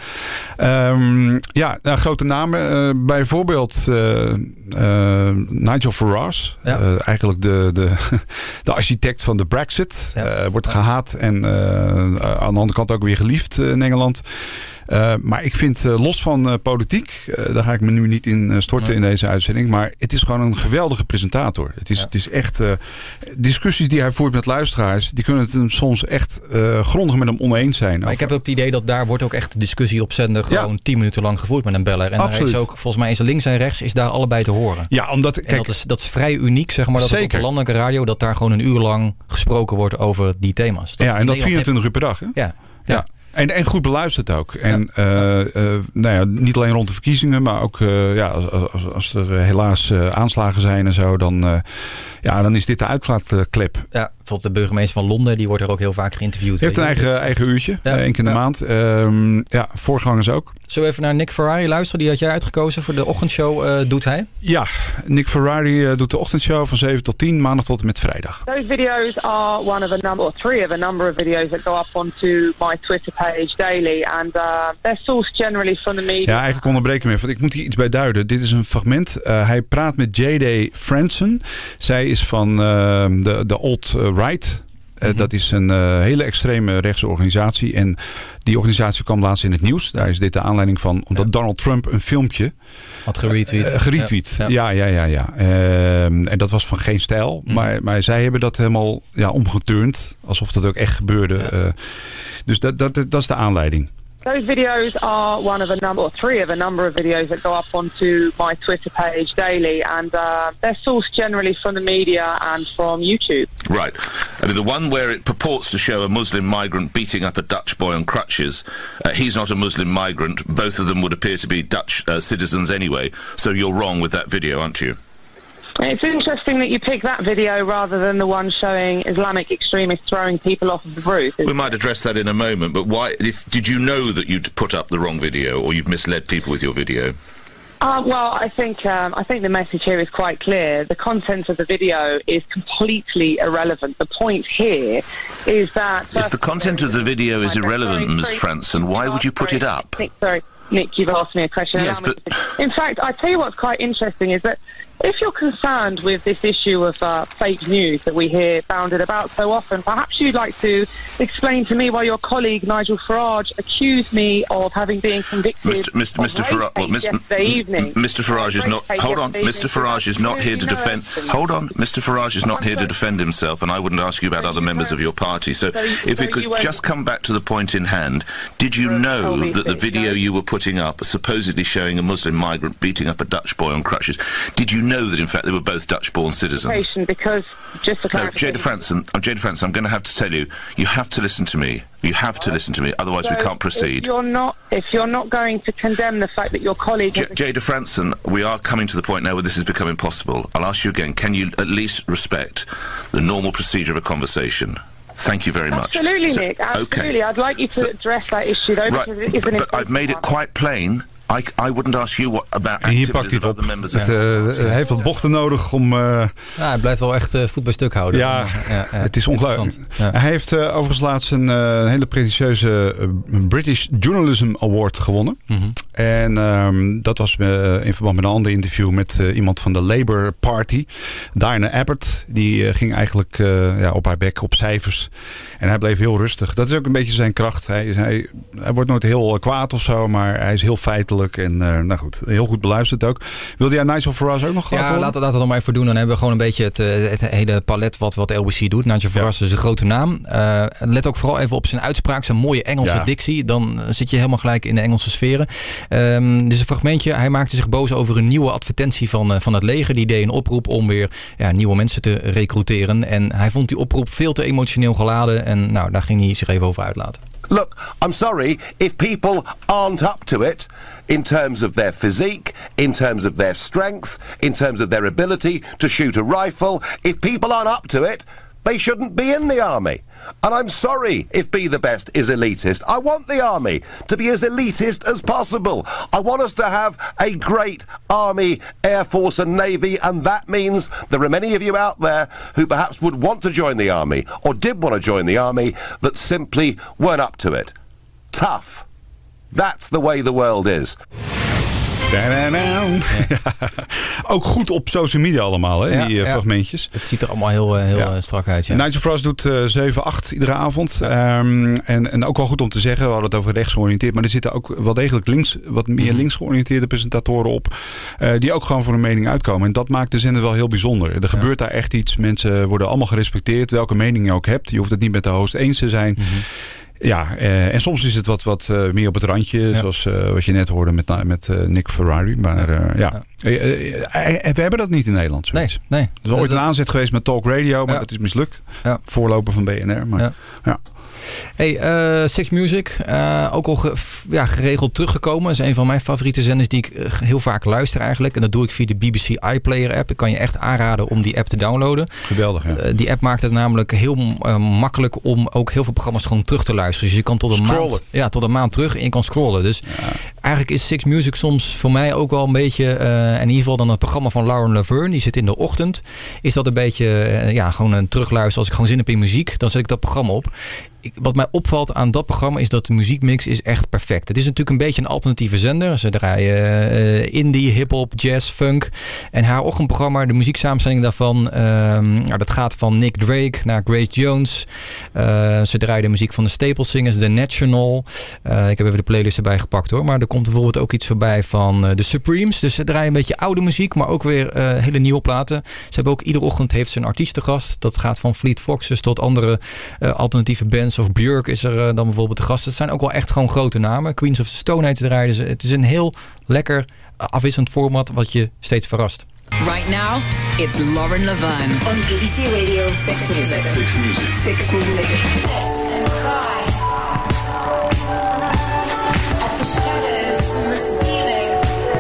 Um, ja, nou, grote namen. Uh, bijvoorbeeld uh, uh, Nigel Farage. Ja. Uh, eigenlijk de, de, de architect van de Brexit. Ja. Uh, wordt gehaat en uh, aan de andere kant ook weer geliefd uh, in Engeland. Uh, maar ik vind, uh, los van uh, politiek, uh, daar ga ik me nu niet in uh, storten nee. in deze uitzending. Maar het is gewoon een geweldige presentator. Het is, ja. het is echt, uh, discussies die hij voert met luisteraars, die kunnen het soms echt uh, grondig met hem oneens zijn. Maar over... ik heb ook het idee dat daar wordt ook echt de discussie op zender gewoon ja. tien minuten lang gevoerd met een beller. En Absoluut. Daar is ook, volgens mij is er links en rechts, is daar allebei te horen. Ja, omdat, kijk, en dat is, dat is vrij uniek, zeg maar, dat het op de landelijke radio, dat daar gewoon een uur lang gesproken wordt over die thema's. Dat ja, en dat vierentwintig uur per dag. Hè? Ja. ja. ja. En, en goed beluisterd ook. En uh, uh, nou ja, niet alleen rond de verkiezingen, maar ook uh, ja, als, als er helaas uh, aanslagen zijn en zo, dan, uh, ja, dan is dit de uitlaatklep. Ja, bijvoorbeeld de burgemeester van Londen, die wordt er ook heel vaak geïnterviewd. Hij heeft een eigen, eigen uurtje, ja. één keer in de ja. maand. Um, ja, voorgangers ook. Zullen we even naar Nick Ferrari luisteren? Die had jij uitgekozen voor de ochtendshow, uh, doet hij? Ja, Nick Ferrari uh, doet de ochtendshow van zeven tot tien, maandag tot en met vrijdag. Those videos are one of a number, or three of a number of videos that go up onto my Twitter page daily. And uh, they're sourced generally from the media. Ja, eigenlijk onderbreek ik hem even, want ik moet hier iets bij duiden. Dit is een fragment. Uh, hij praat met J D Franson. Zij is van uh, de, de alt-right. Uh, mm-hmm. Dat is een uh, hele extreme rechtse organisatie. En die organisatie kwam laatst in het nieuws. Daar is dit de aanleiding van. Omdat ja. Donald Trump een filmpje had geretweet. Uh, geretweet. Ja, ja, ja. ja, ja. Uh, en dat was van geen stijl. Mm. Maar, maar zij hebben dat helemaal ja, omgeturnd. Alsof dat ook echt gebeurde. Ja. Uh, dus dat, dat, dat is de aanleiding. Those videos are one of a number, or three of a number of videos that go up onto my Twitter page daily, and uh, they're sourced generally from the media and from YouTube. Right. I mean, the one where it purports to show a Muslim migrant beating up a Dutch boy on crutches, uh, he's not a Muslim migrant. Both of them would appear to be Dutch uh, citizens anyway, so you're wrong with that video, aren't you? It's interesting that you pick that video rather than the one showing Islamic extremists throwing people off of the roof. We might address that in a moment, but why? If, did you know that you'd put up the wrong video, or you've misled people with your video? Uh, well, I think um, I think the message here is quite clear. The content of the video is completely irrelevant. The point here is that... If the content of the video is irrelevant, Miz Franson, why would you put it up? Nick, sorry, Nick, you've asked me a question. Yes, but... In fact, I tell you what's quite interesting is that if you're concerned with this issue of uh, fake news that we hear bounded about so often, perhaps you'd like to explain to me why your colleague Nigel Farage accused me of having been convicted Mister Mister of Mister Farage, well, yesterday evening. Mister Farage is not. Hold on, Mister Farage is not here to defend. Hold on, Mister Farage is not here to defend himself, and I wouldn't ask you about other members of your party. So, if we could just come back to the point in hand, did you know that the video you were putting up, supposedly showing a Muslim migrant beating up a Dutch boy on crutches, did you know that in fact they were both Dutch-born citizens? Because just for no, Jada Franson, I'm Jada Franson. I'm going to have to tell you, you have to listen to me. You have to listen to me, otherwise so we can't proceed. If you're not, if you're not going to condemn the fact that your colleague... J- Jada Franson, we are coming to the point now where this has become impossible. I'll ask you again, can you at least respect the normal procedure of a conversation? Thank you very much. Absolutely, so, Nick. Absolutely. Okay. I'd like you to so, address that issue, though, right, because it is an but I've made it quite plain. I, I wouldn't ask you what about En hier pakt activities hij of het other op. members. Het, of uh, hij heeft wat bochten nodig om... Uh, ja, hij blijft wel echt uh, voet bij stuk houden. Ja, ja, ja het is ongelooflijk. Ja. Hij heeft uh, overigens laatst een uh, hele prestigieuze uh, British Journalism Award gewonnen. Mm-hmm. En um, dat was uh, in verband met een ander interview met uh, iemand van de Labour Party. Diana Abbott. Die uh, ging eigenlijk uh, ja, op haar bek op cijfers. En hij bleef heel rustig. Dat is ook een beetje zijn kracht. Hij, hij, hij wordt nooit heel kwaad of zo, maar hij is heel feitelijk. En uh, nou goed, heel goed beluisterd ook. Wilde jij Nigel Farage ook nog Ja, laten, laten we dat maar even doen. Dan hebben we gewoon een beetje het, het hele palet wat, wat L B C doet. Nigel Farage ja. is een grote naam. Uh, let ook vooral even op zijn uitspraak. Zijn mooie Engelse ja. dictie. Dan zit je helemaal gelijk in de Engelse sferen. Um, dus een fragmentje. Hij maakte zich boos over een nieuwe advertentie van, uh, van het leger. Die deed een oproep om weer ja, nieuwe mensen te recruteren. En hij vond die oproep veel te emotioneel geladen. En nou, daar ging hij zich even over uitlaten. Look, I'm sorry, if people aren't up to it in terms of their physique, in terms of their strength, in terms of their ability to shoot a rifle, if people aren't up to it, they shouldn't be in the army. And I'm sorry if be the best is elitist. I want the army to be as elitist as possible. I want us to have a great army, air force and navy, and that means there are many of you out there who perhaps would want to join the army or did want to join the army that simply weren't up to it. Tough. That's the way the world is. Ja. Ook goed op social media allemaal, hè, ja, die uh, ja. fragmentjes. Het ziet er allemaal heel, heel ja. strak uit. Ja. Nigel Farage doet uh, zeven acht iedere avond. Ja. Um, en, en ook wel goed om te zeggen, we hadden het over rechts georiënteerd, maar er zitten ook wel degelijk links, wat meer mm-hmm. links georiënteerde presentatoren op. Uh, die ook gewoon voor een mening uitkomen. En dat maakt de zender wel heel bijzonder. Er gebeurt ja. daar echt iets. Mensen worden allemaal gerespecteerd, welke mening je ook hebt. Je hoeft het niet met de host eens te zijn. Mm-hmm. Ja, uh, en soms is het wat, wat uh, meer op het randje, ja. zoals uh, wat je net hoorde met, met uh, Nick Ferrari. Maar uh, ja, ja. Uh, uh, uh, we hebben dat niet in Nederland. Zoiets. Nee, nee. Er is ooit een aanzet geweest met Talk Radio, maar ja. dat is mislukt. Ja. Voorloper van B N R. Maar, ja. ja. Hey, uh, Six Music, uh, ook al ge, ja, geregeld teruggekomen. Dat is een van mijn favoriete zenders die ik uh, heel vaak luister eigenlijk. En dat doe ik via de B B C iPlayer app. Ik kan je echt aanraden om die app te downloaden. Geweldig, ja. Uh, die app maakt het namelijk heel uh, makkelijk om ook heel veel programma's gewoon terug te luisteren. Dus je kan tot een, maand, ja, tot een maand terug en je kan scrollen. Dus ja. eigenlijk is Six Music soms voor mij ook wel een beetje, uh, in ieder geval dan het programma van Lauren Laverne, die zit in de ochtend. Is dat een beetje, uh, ja, gewoon een terugluisteren. Als ik gewoon zin heb in muziek, dan zet ik dat programma op. Ik, wat mij opvalt aan dat programma is dat de muziekmix is echt perfect. Het is natuurlijk een beetje een alternatieve zender. Ze draaien uh, indie, hip-hop, jazz, funk. En haar ochtendprogramma, de muzieksamenstelling daarvan, uh, nou, dat gaat van Nick Drake naar Grace Jones. Uh, ze draaien de muziek van de Staple Singers, The National. Uh, ik heb even de playlist erbij gepakt hoor. Maar er komt bijvoorbeeld ook iets voorbij van uh, The Supremes. Dus ze draaien een beetje oude muziek, maar ook weer uh, hele nieuwe platen. Ze hebben ook iedere ochtend heeft ze een artiest te gast. Dat gaat van Fleet Foxes tot andere uh, alternatieve bands. Of Björk is er uh, dan bijvoorbeeld de gast. Het zijn ook wel echt gewoon grote namen. Queens of the Stone Age draaien ze. Het is een heel lekker uh, afwisselend format wat je steeds verrast. Right now, it's Lauren Laverne on B B C Radio Six Music. Six Music. Six Music. Sit and cry at the shadows on the ceiling.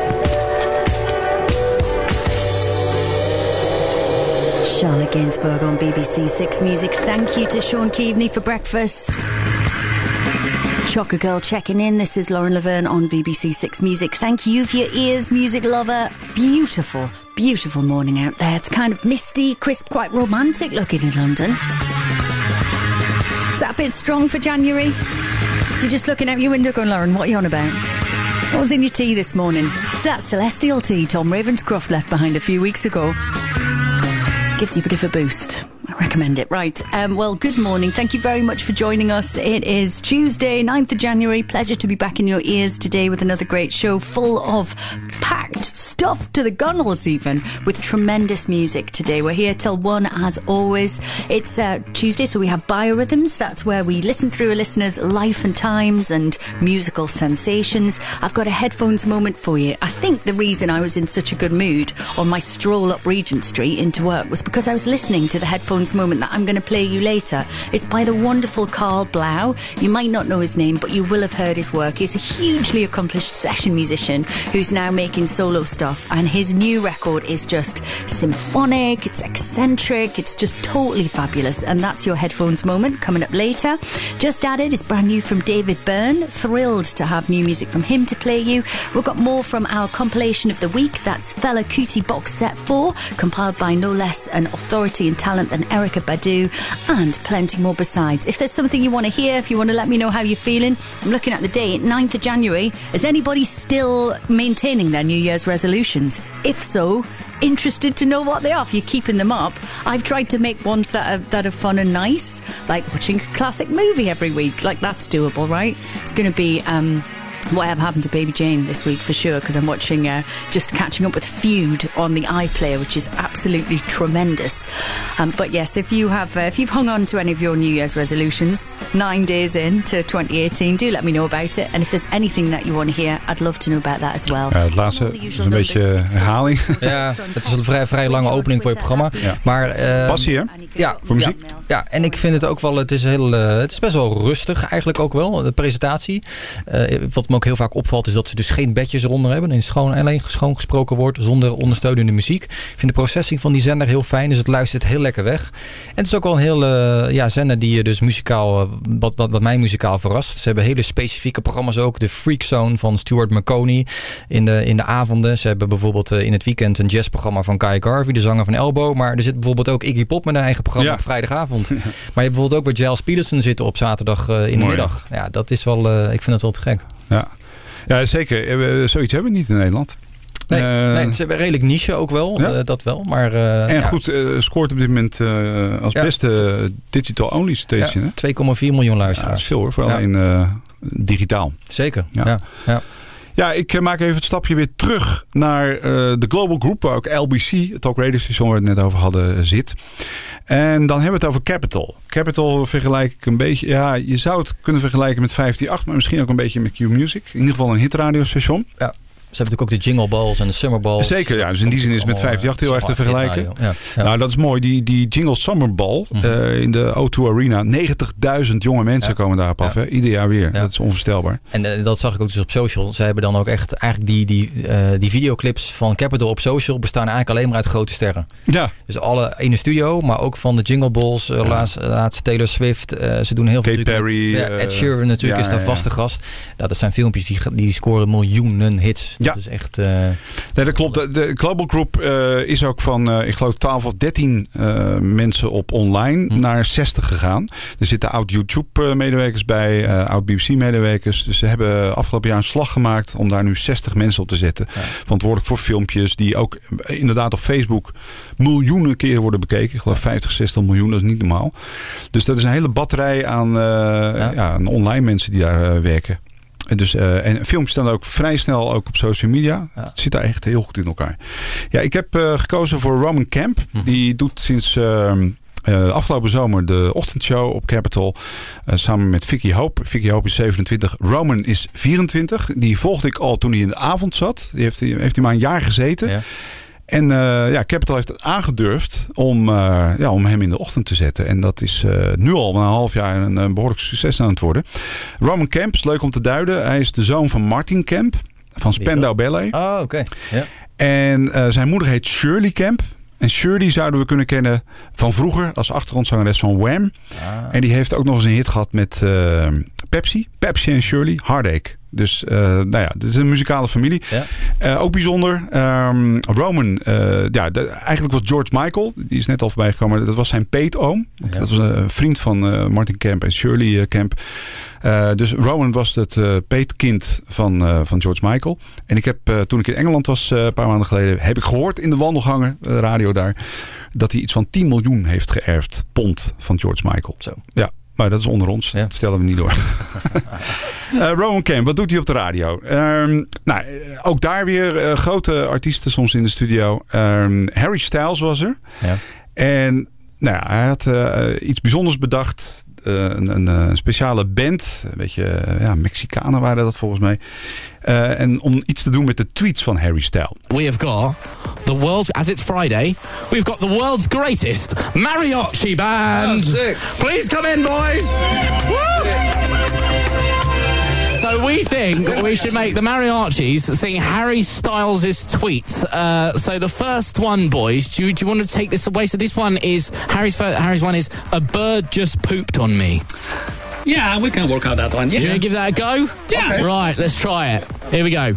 Charlotte Gainsbourg on B B C Six Music. Thank you to Sean Keaveney for breakfast. Chocker Girl checking in. This is Lauren Laverne on B B C Six Music. Thank you for your ears, music lover. Beautiful, beautiful morning out there. It's kind of misty, crisp, quite romantic looking in London. Is that a bit strong for January? You're just looking out your window going, Lauren, what are you on about? What was in your tea this morning? It's that celestial tea Tom Ravenscroft left behind a few weeks ago. Gives you a bit of a boost. I recommend it. Right. Um, well, good morning. Thank you very much for joining us. It is Tuesday, ninth of January. Pleasure to be back in your ears today with another great show full of packed stuff to the gunnels even, with tremendous music today. We're here till one as always. It's uh, Tuesday, so we have Biorhythms. That's where we listen through a listener's life and times and musical sensations. I've got a headphones moment for you. I think the reason I was in such a good mood on my stroll up Regent Street into work was because I was listening to the headphones headphones moment that I'm going to play you later is by the wonderful Carl Blau. You might not know his name, but you will have heard his work. He's a hugely accomplished session musician who's now making solo stuff, and his new record is just symphonic, it's eccentric, it's just totally fabulous, and that's your headphones moment coming up later. Just added is brand new from David Byrne. Thrilled to have new music from him to play you. We've got more from our compilation of the week. That's Fela Kuti Box Set four, compiled by no less an authority and talent than Erykah Badu, and plenty more besides. If there's something you want to hear, if you want to let me know how you're feeling, I'm looking at the date, ninth of January. Is anybody still maintaining their New Year's resolutions? If so, interested to know what they are, if you're keeping them up. I've tried to make ones that are, that are fun and nice, like watching a classic movie every week. Like, that's doable, right? It's going to be um, Whatever Happened to Baby Jane this week for sure, because I'm watching, uh, just catching up with Feud on the iPlayer, which is absolutely tremendous. Um, but yes, if you have, uh, if you've hung on to any of your New Year's resolutions, nine days into twenty eighteen, do let me know about it. And if there's anything that you want to hear, I'd love to know about that as well. Ja, het laatste is een beetje herhaling. Ja, het is een vrij, vrij lange opening voor je programma. Ja. Maar, uh, passie, hè? Ja, voor muziek. Ja, ja, en ik vind het ook wel, het is, heel, uh, het is best wel rustig eigenlijk ook wel, de presentatie. Uh, wat me ook heel vaak opvalt is dat ze dus geen bedjes eronder hebben. En schoon, alleen schoon gesproken wordt zonder ondersteunende muziek. Ik vind de processing van die zender heel fijn, dus het luistert heel lekker weg. En het is ook wel een hele uh, ja, zender die je dus muzikaal, uh, wat, wat, wat mij muzikaal verrast. Ze hebben hele specifieke programma's ook. De Freak Zone van Stuart McConey in de, in de avonden. Ze hebben bijvoorbeeld uh, in het weekend een jazzprogramma van Guy Garvey, de zanger van Elbow. Maar er zit bijvoorbeeld ook Iggy Pop met een eigen programma ja. op vrijdagavond. Maar je hebt bijvoorbeeld ook weer Giles Peterson zitten op zaterdag uh, in de Mooi, middag. Ja, dat is wel, uh, ik vind het wel te gek. Ja. Ja, zeker. Zoiets hebben we niet in Nederland. Nee, uh, nee ze hebben redelijk niche ook wel, ja? uh, dat wel. Maar, uh, en ja. goed, uh, scoort op dit moment uh, als ja. beste digital-only station. Ja, twee komma vier miljoen luisteraars. Ja, dat is veel hoor, vooral ja. in uh, digitaal. Zeker, ja. ja. ja. Ja, ik maak even het stapje weer terug naar uh, de Global Group, waar ook L B C, het talk radio station waar we het net over hadden, zit. En dan hebben we het over Capital. Capital vergelijk ik een beetje, ja, je zou het kunnen vergelijken met vijftien acht, maar misschien ook een beetje met Q-Music. In ieder geval een hitradiostation. Ja. Ze hebben natuurlijk ook de Jingle Balls en de Summer Balls. Zeker, ja. Dus in die zin is het met vijftien acht heel erg te vergelijken. Ja, ja. Nou, dat is mooi. Die, die Jingle Summer Ball mm-hmm. uh, in de O twee Arena. negentigduizend jonge mensen ja. komen daarop af. Ja. Hè? Ieder jaar weer. Ja. Dat is onvoorstelbaar. En uh, dat zag ik ook dus op social. Ze hebben dan ook echt eigenlijk die, die, uh, die videoclips van Capital op social bestaan eigenlijk alleen maar uit grote sterren. Ja. Dus alle in de studio, maar ook van de Jingle Balls. Uh, ja. laatst, laatst Taylor Swift. Uh, ze doen heel Kate veel. Perry. Met, ja, Ed Sheeran natuurlijk ja, is daar ja, vaste ja. gast. Ja, dat zijn filmpjes die, die scoren miljoenen hits. Dat ja. is echt... Uh, Nee, dat klopt. De, de Global Group uh, is ook van, uh, ik geloof, twaalf of dertien uh, mensen op online hm. naar zestig gegaan. Er zitten oud-YouTube-medewerkers bij, uh, oud-B B C-medewerkers. Dus ze hebben afgelopen jaar een slag gemaakt om daar nu zestig mensen op te zetten. Ja. Verantwoordelijk voor filmpjes die ook inderdaad op Facebook miljoenen keren worden bekeken. Ik geloof vijftig, zestig miljoen, dat is niet normaal. Dus dat is een hele batterij aan, uh, ja. Ja, aan online mensen die daar uh, werken. Dus, uh, en filmpjes staan ook vrij snel ook op social media. Ja. Het zit daar echt heel goed in elkaar. Ja, ik heb uh, gekozen voor Roman Kemp. Mm-hmm. Die doet sinds uh, uh, afgelopen zomer de ochtendshow op Capital. Uh, samen met Vicky Hope. Vicky Hope is zevenentwintig. Roman is vierentwintig. Die volgde ik al toen hij in de avond zat. Die heeft, die heeft hij maar een jaar gezeten. Ja. En uh, ja, Capital heeft het aangedurfd om, uh, ja, om hem in de ochtend te zetten. En dat is uh, nu al na een half jaar een, een behoorlijk succes aan het worden. Roman Kemp is leuk om te duiden. Hij is de zoon van Martin Kemp van Spandau Ballet. Oh, oké. Okay. Yeah. En uh, zijn moeder heet Shirley Kemp. En Shirley zouden we kunnen kennen van vroeger als achtergrondzangeres van Wham. Ah. En die heeft ook nog eens een hit gehad met uh, Pepsi. Pepsi en Shirley, Heartache. Dus uh, nou ja, dit is een muzikale familie. Ja. Uh, ook bijzonder. Um, Roman, uh, ja, de, eigenlijk was George Michael, die is net al voorbij gekomen. Dat was zijn peetoom. Ja. Dat was een vriend van uh, Martin Kemp en Shirley uh, Kemp. Uh, dus Roman was het uh, peetkind van, uh, van George Michael. En ik heb, uh, toen ik in Engeland was, uh, een paar maanden geleden, heb ik gehoord in de wandelgangen, de radio daar, dat hij iets van tien miljoen heeft geërfd, pond van George Michael. Zo. Ja. Maar dat is onder ons. Ja. Dat stellen we niet door. uh, Roman Kemp, wat doet hij op de radio? Um, nou, ook daar weer uh, grote artiesten soms in de studio. Um, Harry Styles was er. Ja. En nou ja, hij had uh, iets bijzonders bedacht. een, een, een speciale band. Een beetje uh, ja, Mexicanen waren dat volgens mij. Uh, en om iets te doen met de tweets van Harry Styles. We have got the world's, as it's Friday, we've got the world's greatest mariachi band. Oh, sick. Please come in, boys. So we think we should make the mariachis sing Harry Styles' tweets. Uh, so the first one, boys, do you, do you want to take this away? So this one is, Harry's, first, Harry's one is, a bird just pooped on me. Yeah, we can work out that one. Yeah. You want to give that a go? Yeah. Okay. Right, let's try it. Here we go.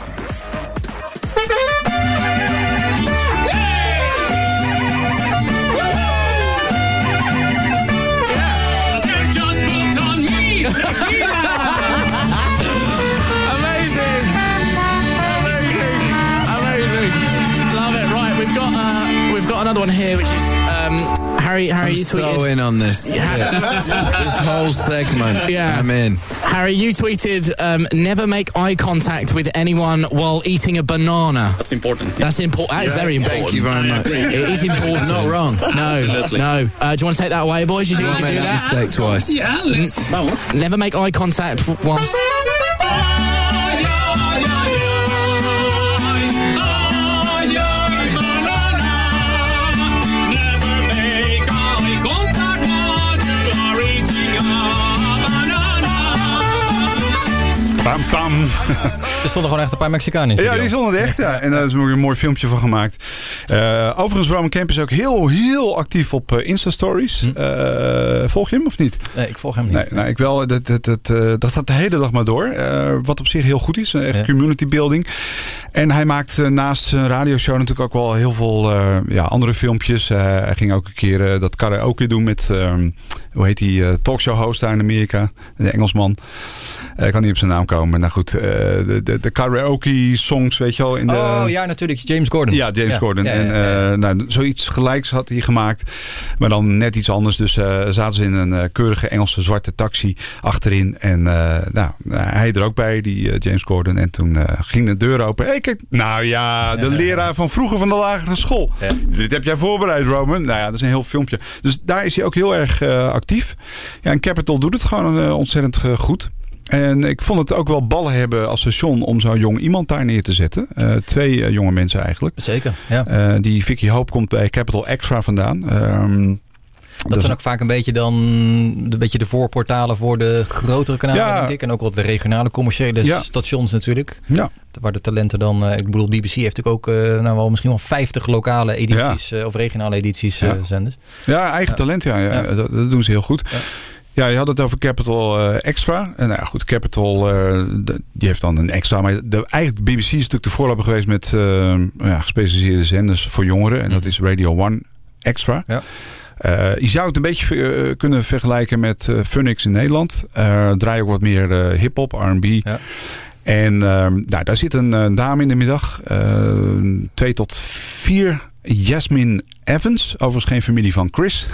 Another one here, which is um, Harry. Harry, I'm you tweeted. so in on this. Yeah. This whole segment. Yeah, I'm in. Harry, you tweeted, um, "Never make eye contact with anyone while eating a banana." That's important. That's important. That is Yeah, very important. thank you very much. It is important. Not wrong. No, Absolutely. no. Uh, do you want to take that away, boys? Do you think you can do Made that that? mistake twice. Yeah, let's. Well, never make eye contact while. Pam, pam. Er stonden gewoon echt een paar Mexicanen in. Ja, die stonden echt. Ja. En daar is ook een mooi filmpje van gemaakt. Uh, overigens, Roman Kemp is ook heel, heel actief op uh, Insta-stories. Hm. Uh, volg je hem of niet? Nee, ik volg hem niet. Nee, nou, ik wel. Dat, dat, dat, uh, dat gaat de hele dag maar door. Uh, wat op zich heel goed is. Echt ja. Community building. En hij maakt uh, naast zijn radioshow natuurlijk ook wel heel veel uh, ja, andere filmpjes. Uh, hij ging ook een keer uh, dat karaoke doen met... Uh, hoe heet die uh, talkshow host daar in Amerika? De Engelsman. Uh, ik kan niet op zijn naam komen. Nou goed, uh, de, de, de karaoke songs, weet je wel. In de... Oh ja, natuurlijk. James Gordon. Ja, James ja. Gordon. Ja, ja, en ja, ja. Uh, nou, zoiets gelijks had hij gemaakt. Maar dan net iets anders. Dus uh, zaten ze in een uh, keurige Engelse zwarte taxi achterin. En uh, nou, hij er ook bij, die uh, James Gordon. En toen uh, ging de deur open. Hey, kijk, nou ja, de ja, leraar ja. van vroeger van de lagere school. Ja. Dit heb jij voorbereid, Roman. Nou ja, dat is een heel filmpje. Dus daar is hij ook heel erg uh, actief. Ja, en Capital doet het gewoon uh, ontzettend uh, goed. En ik vond het ook wel ballen hebben als station om zo'n jong iemand daar neer te zetten. Uh, twee uh, jonge mensen eigenlijk. Zeker, ja. Uh, die Vicky Hope komt bij Capital Extra vandaan. Um, dat, dat zijn ook vaak een beetje dan een beetje de voorportalen voor de grotere kanalen, ja. denk ik. En ook wel de regionale commerciële ja. stations natuurlijk. Ja. Waar de talenten dan... Uh, ik bedoel, B B C heeft natuurlijk ook uh, nou wel misschien wel vijftig lokale edities ja. uh, of regionale edities ja. uh, zenders. Ja, eigen ja. talent, ja. ja. ja. Dat, dat doen ze heel goed. Ja. Ja, je had het over Capital uh, Extra. En nou ja, goed, Capital, uh, de, die heeft dan een extra. Maar de, eigenlijk, B B C is natuurlijk de voorloper geweest met uh, ja, gespecialiseerde zenders voor jongeren. En dat is Radio One Extra. Ja. Uh, je zou het een beetje uh, kunnen vergelijken met uh, Funix in Nederland. Uh, draai ook wat meer uh, hip-hop, R en B. Ja. En uh, nou, daar zit een uh, dame in de middag. Uh, twee tot vier. Jasmine Evans. Overigens geen familie van Chris.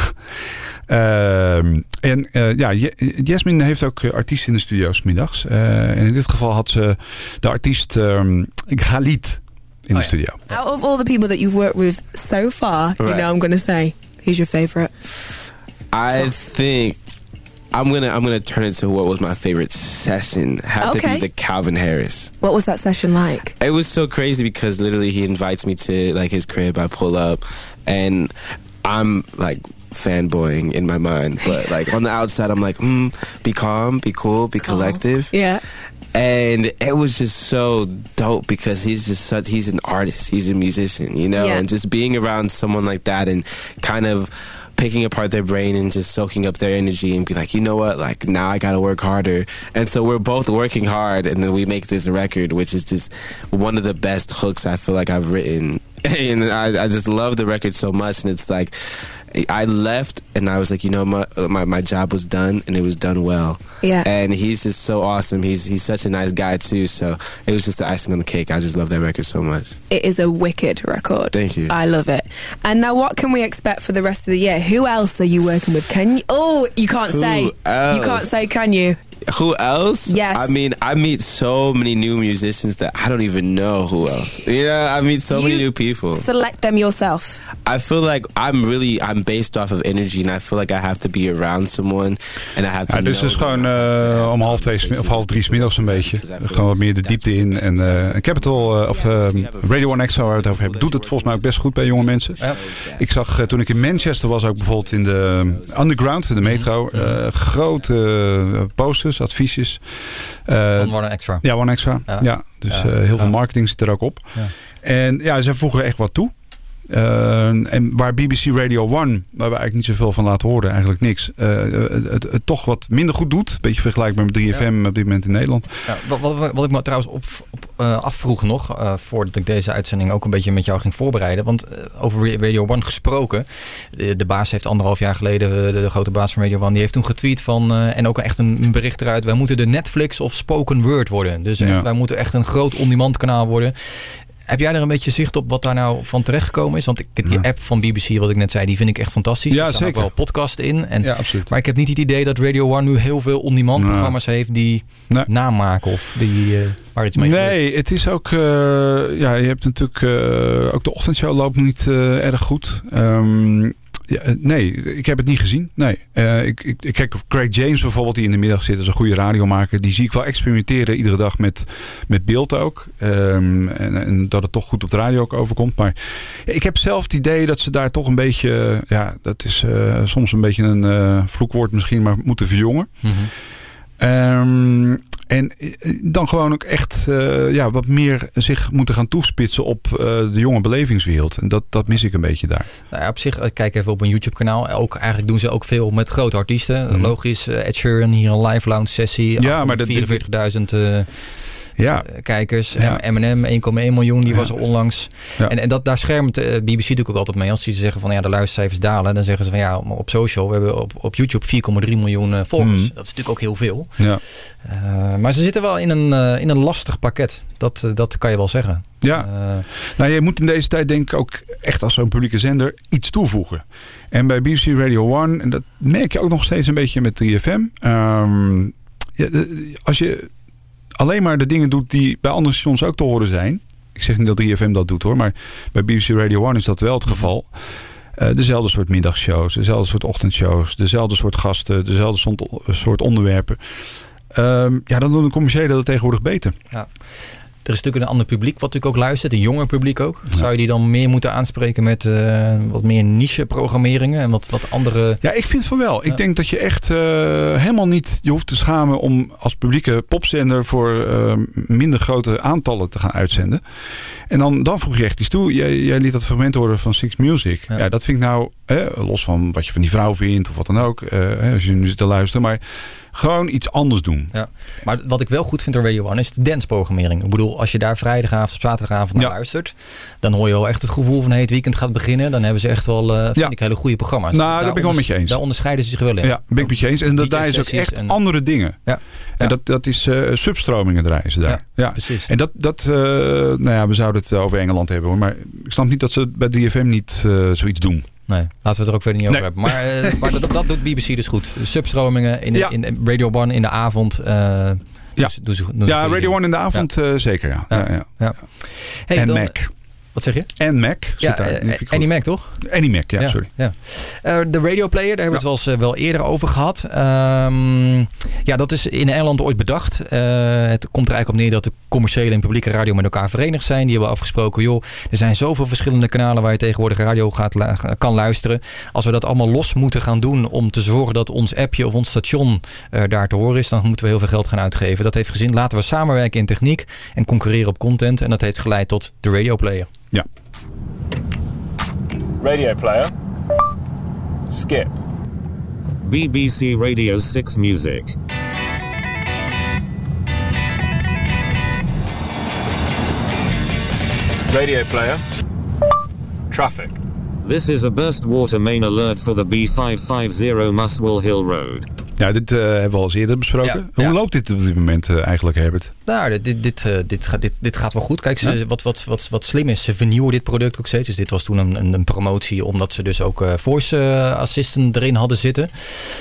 Uh, en uh, ja, Jasmine heeft ook artiesten in de studio's middags. Uh, en in dit geval had ze de artiest um, Galit in oh, de studio. Out of all the people that you've worked with so far, right. you know I'm going to say, who's your favorite? I think I'm gonna I'm gonna turn it to what was my favorite session. Have okay. to be the Calvin Harris. What was that session like? It was so crazy because literally he invites me to like his crib. I pull up and I'm like fanboying in my mind, but like on the outside I'm like, mm, be calm, be cool, be collective. Oh, yeah. And it was just so dope because he's just such, he's an artist, he's a musician, you know, yeah. and just being around someone like that and kind of picking apart their brain and just soaking up their energy and be like, you know what, like now I gotta work harder. And so we're both working hard and then we make this record, which is just one of the best hooks I feel like I've written. And I, I just love the record so much. And it's like, I left and I was like, you know, my, my my job was done and it was done well. Yeah. And he's just so awesome. He's he's such a nice guy too. So it was just the icing on the cake. I just love that record so much. It is a wicked record. Thank you. I love it. And now what can we expect for the rest of the year? Who else are you working with? Can you? Oh, you can't Who say. else? You can't say, can you? who else? Yes. I mean, I meet so many new musicians that I don't even know who else. Yeah, I meet so You many new people. Select them yourself. I feel like I'm really, I'm based off of energy, and I feel like I have to be around someone, and I have to. Ja, dus het is gewoon uh, om half twee 's mi- of half drie 's middags een beetje. Gewoon wat meer de diepte in. En uh, Capital uh, of uh, Radio one Extra waar we het over hebben, doet het volgens mij ook best goed bij jonge mensen. Ja. Ik zag uh, toen ik in Manchester was ook bijvoorbeeld in de uh, Underground, in de metro, uh, grote uh, posters, adviesjes. Uh, Van One Extra. Ja, One Extra. Ja, Ja. dus Ja. uh, heel Ja. veel marketing zit er ook op. Ja. En ja, ze voegen echt wat toe. Uh, en waar B B C Radio one, waar we eigenlijk niet zoveel van laten horen, eigenlijk niks, uh, het, het, het toch wat minder goed doet. Een beetje vergelijkbaar met drie F M op dit moment in Nederland. Ja, wat, wat, wat ik me trouwens op, op, uh, afvroeg nog, uh, voordat ik deze uitzending ook een beetje met jou ging voorbereiden. Want uh, over Radio one gesproken, de, de baas heeft anderhalf jaar geleden, uh, de, de grote baas van Radio one, die heeft toen getweet van, uh, en ook echt een, een bericht eruit, wij moeten de Netflix of spoken word worden. Dus echt, Ja. wij moeten echt een groot on-demand kanaal worden. Heb jij er een beetje zicht op wat daar nou van terechtgekomen is? Want ik, die Ja. app van B B C, wat ik net zei, die vind ik echt fantastisch. Ja, er staan zeker. ook wel podcasts in. En, Ja, absoluut. maar ik heb niet het idee dat Radio one nu heel veel on-demand Nee. programma's heeft die Nee. namaken of die, uh, waar iets mee gebeurt. Nee, het is ook. Uh, ja, je hebt natuurlijk. Uh, ook de ochtendshow loopt niet uh, erg goed. Um, ja, nee, ik heb het niet gezien. Nee. Uh, ik, ik, ik kijk of Craig James bijvoorbeeld, die in de middag zit, is een goede radiomaker. Die zie ik wel experimenteren iedere dag met, met beeld ook. Um, en, en dat het toch goed op de radio ook overkomt. Maar ja, ik heb zelf het idee dat ze daar toch een beetje. Ja, dat is uh, soms een beetje een uh, vloekwoord misschien, maar moeten verjongen. Mm-hmm. Um, En dan gewoon ook echt uh, ja, wat meer zich moeten gaan toespitsen op uh, de jonge belevingswereld. En dat, dat mis ik een beetje daar. Nou ja, op zich, kijk even op een YouTube kanaal. Ook, eigenlijk doen ze ook veel met grote artiesten. Mm-hmm. Logisch, Ed Sheeran, hier een live lounge sessie. Ja, maar dat vierenveertigduizend uh, ja. kijkers. Ja. Eminem, één komma één miljoen, die ja. was er onlangs. Ja. En, en dat, daar schermt uh, B B C natuurlijk ook altijd mee. Als ze zeggen van ja, de luistercijfers dalen. Dan zeggen ze van ja, op social, we hebben op, op YouTube vier komma drie miljoen uh, volgers. Mm-hmm. Dat is natuurlijk ook heel veel. Ja. Uh, maar ze zitten wel in een, uh, in een lastig pakket. Dat, uh, dat kan je wel zeggen. Ja, uh, nou je moet in deze tijd denk ik ook echt als zo'n publieke zender iets toevoegen. En bij B B C Radio one, en dat merk je ook nog steeds een beetje met drie F M. Um, ja, als je alleen maar de dingen doet die bij andere stations ook te horen zijn. Ik zeg niet dat drie F M dat doet hoor, maar bij B B C Radio one is dat wel het geval. Uh, dezelfde soort middagshows, dezelfde soort ochtendshows, dezelfde soort gasten, dezelfde soort onderwerpen. Um, ja, dan doen de commerciële dat tegenwoordig beter. Ja. Er is natuurlijk een ander publiek wat natuurlijk ook luistert, een jonger publiek ook. Ja. Zou je die dan meer moeten aanspreken met uh, wat meer niche programmeringen en wat, wat andere... Ja, ik vind van wel. Ja. Ik denk dat je echt uh, helemaal niet je hoeft te schamen om als publieke popzender voor uh, minder grote aantallen te gaan uitzenden. En dan, dan voeg je echt iets toe. Jij, jij liet dat fragment horen van Six Music. Ja, ja dat vind ik nou, hè, los van wat je van die vrouw vindt of wat dan ook, uh, hè, als je nu zit te luisteren, maar gewoon iets anders doen. Ja. Maar wat ik wel goed vind aan Radio one is de danceprogrammering. Ik bedoel, als je daar vrijdagavond of zaterdagavond naar ja. luistert, dan hoor je wel echt het gevoel van hey, het weekend gaat beginnen. Dan hebben ze echt wel, uh, vind ja. ik, hele goede programma's. Nou, daar ben ik wel met je eens. Daar onderscheiden ze zich wel in. Ja, ben ik met je eens. En dat, daar is ook echt en... andere dingen. Ja. Ja. En dat, dat is uh, substromingen draaien ze daar. Ja, ja. precies. En dat, dat uh, nou ja, we zouden het over Engeland hebben hoor. Maar ik snap niet dat ze bij drie F M niet uh, zoiets doen. Nee, laten we het er ook verder niet over nee. hebben. Maar, uh, maar dat, dat doet B B C dus goed. De substromingen in, de, ja. in Radio one in de avond. Uh, ja, dus, dus, dus ja Radio one in de avond ja. uh, zeker ja. ja. ja, ja. ja. Hey, en dan, Mac. Wat zeg je? En Mac. Ja, Annie Mac toch? Annie Mac, ja, ja sorry. Ja. Uh, de Radio Player, daar hebben we ja. het wel, eens, uh, wel eerder over gehad. Um, ja, dat is in Engeland ooit bedacht. Uh, het komt er eigenlijk op neer dat de commerciële en publieke radio met elkaar verenigd zijn. Die hebben afgesproken, joh, er zijn zoveel verschillende kanalen waar je tegenwoordig radio gaat, kan luisteren. Als we dat allemaal los moeten gaan doen om te zorgen dat ons appje of ons station uh, daar te horen is, dan moeten we heel veel geld gaan uitgeven. Dat heeft gezin. Laten we samenwerken in techniek en concurreren op content. En dat heeft geleid tot de Radio Player. Ja. Radio player. Skip. B B C Radio six Music. Radio player. Traffic. This is a burst water main alert for the B five fifty Muswell Hill Road. Ja, dit uh, hebben we al eens eerder besproken. Ja, Hoe ja. loopt dit op dit moment uh, eigenlijk, Herbert? Nou, dit, dit, uh, dit, gaat, dit, dit gaat wel goed. Kijk, ze, ja. wat, wat, wat, wat slim is, ze vernieuwen dit product ook steeds. Dus dit was toen een, een, een promotie, omdat ze dus ook uh, voice uh, assistant erin hadden zitten.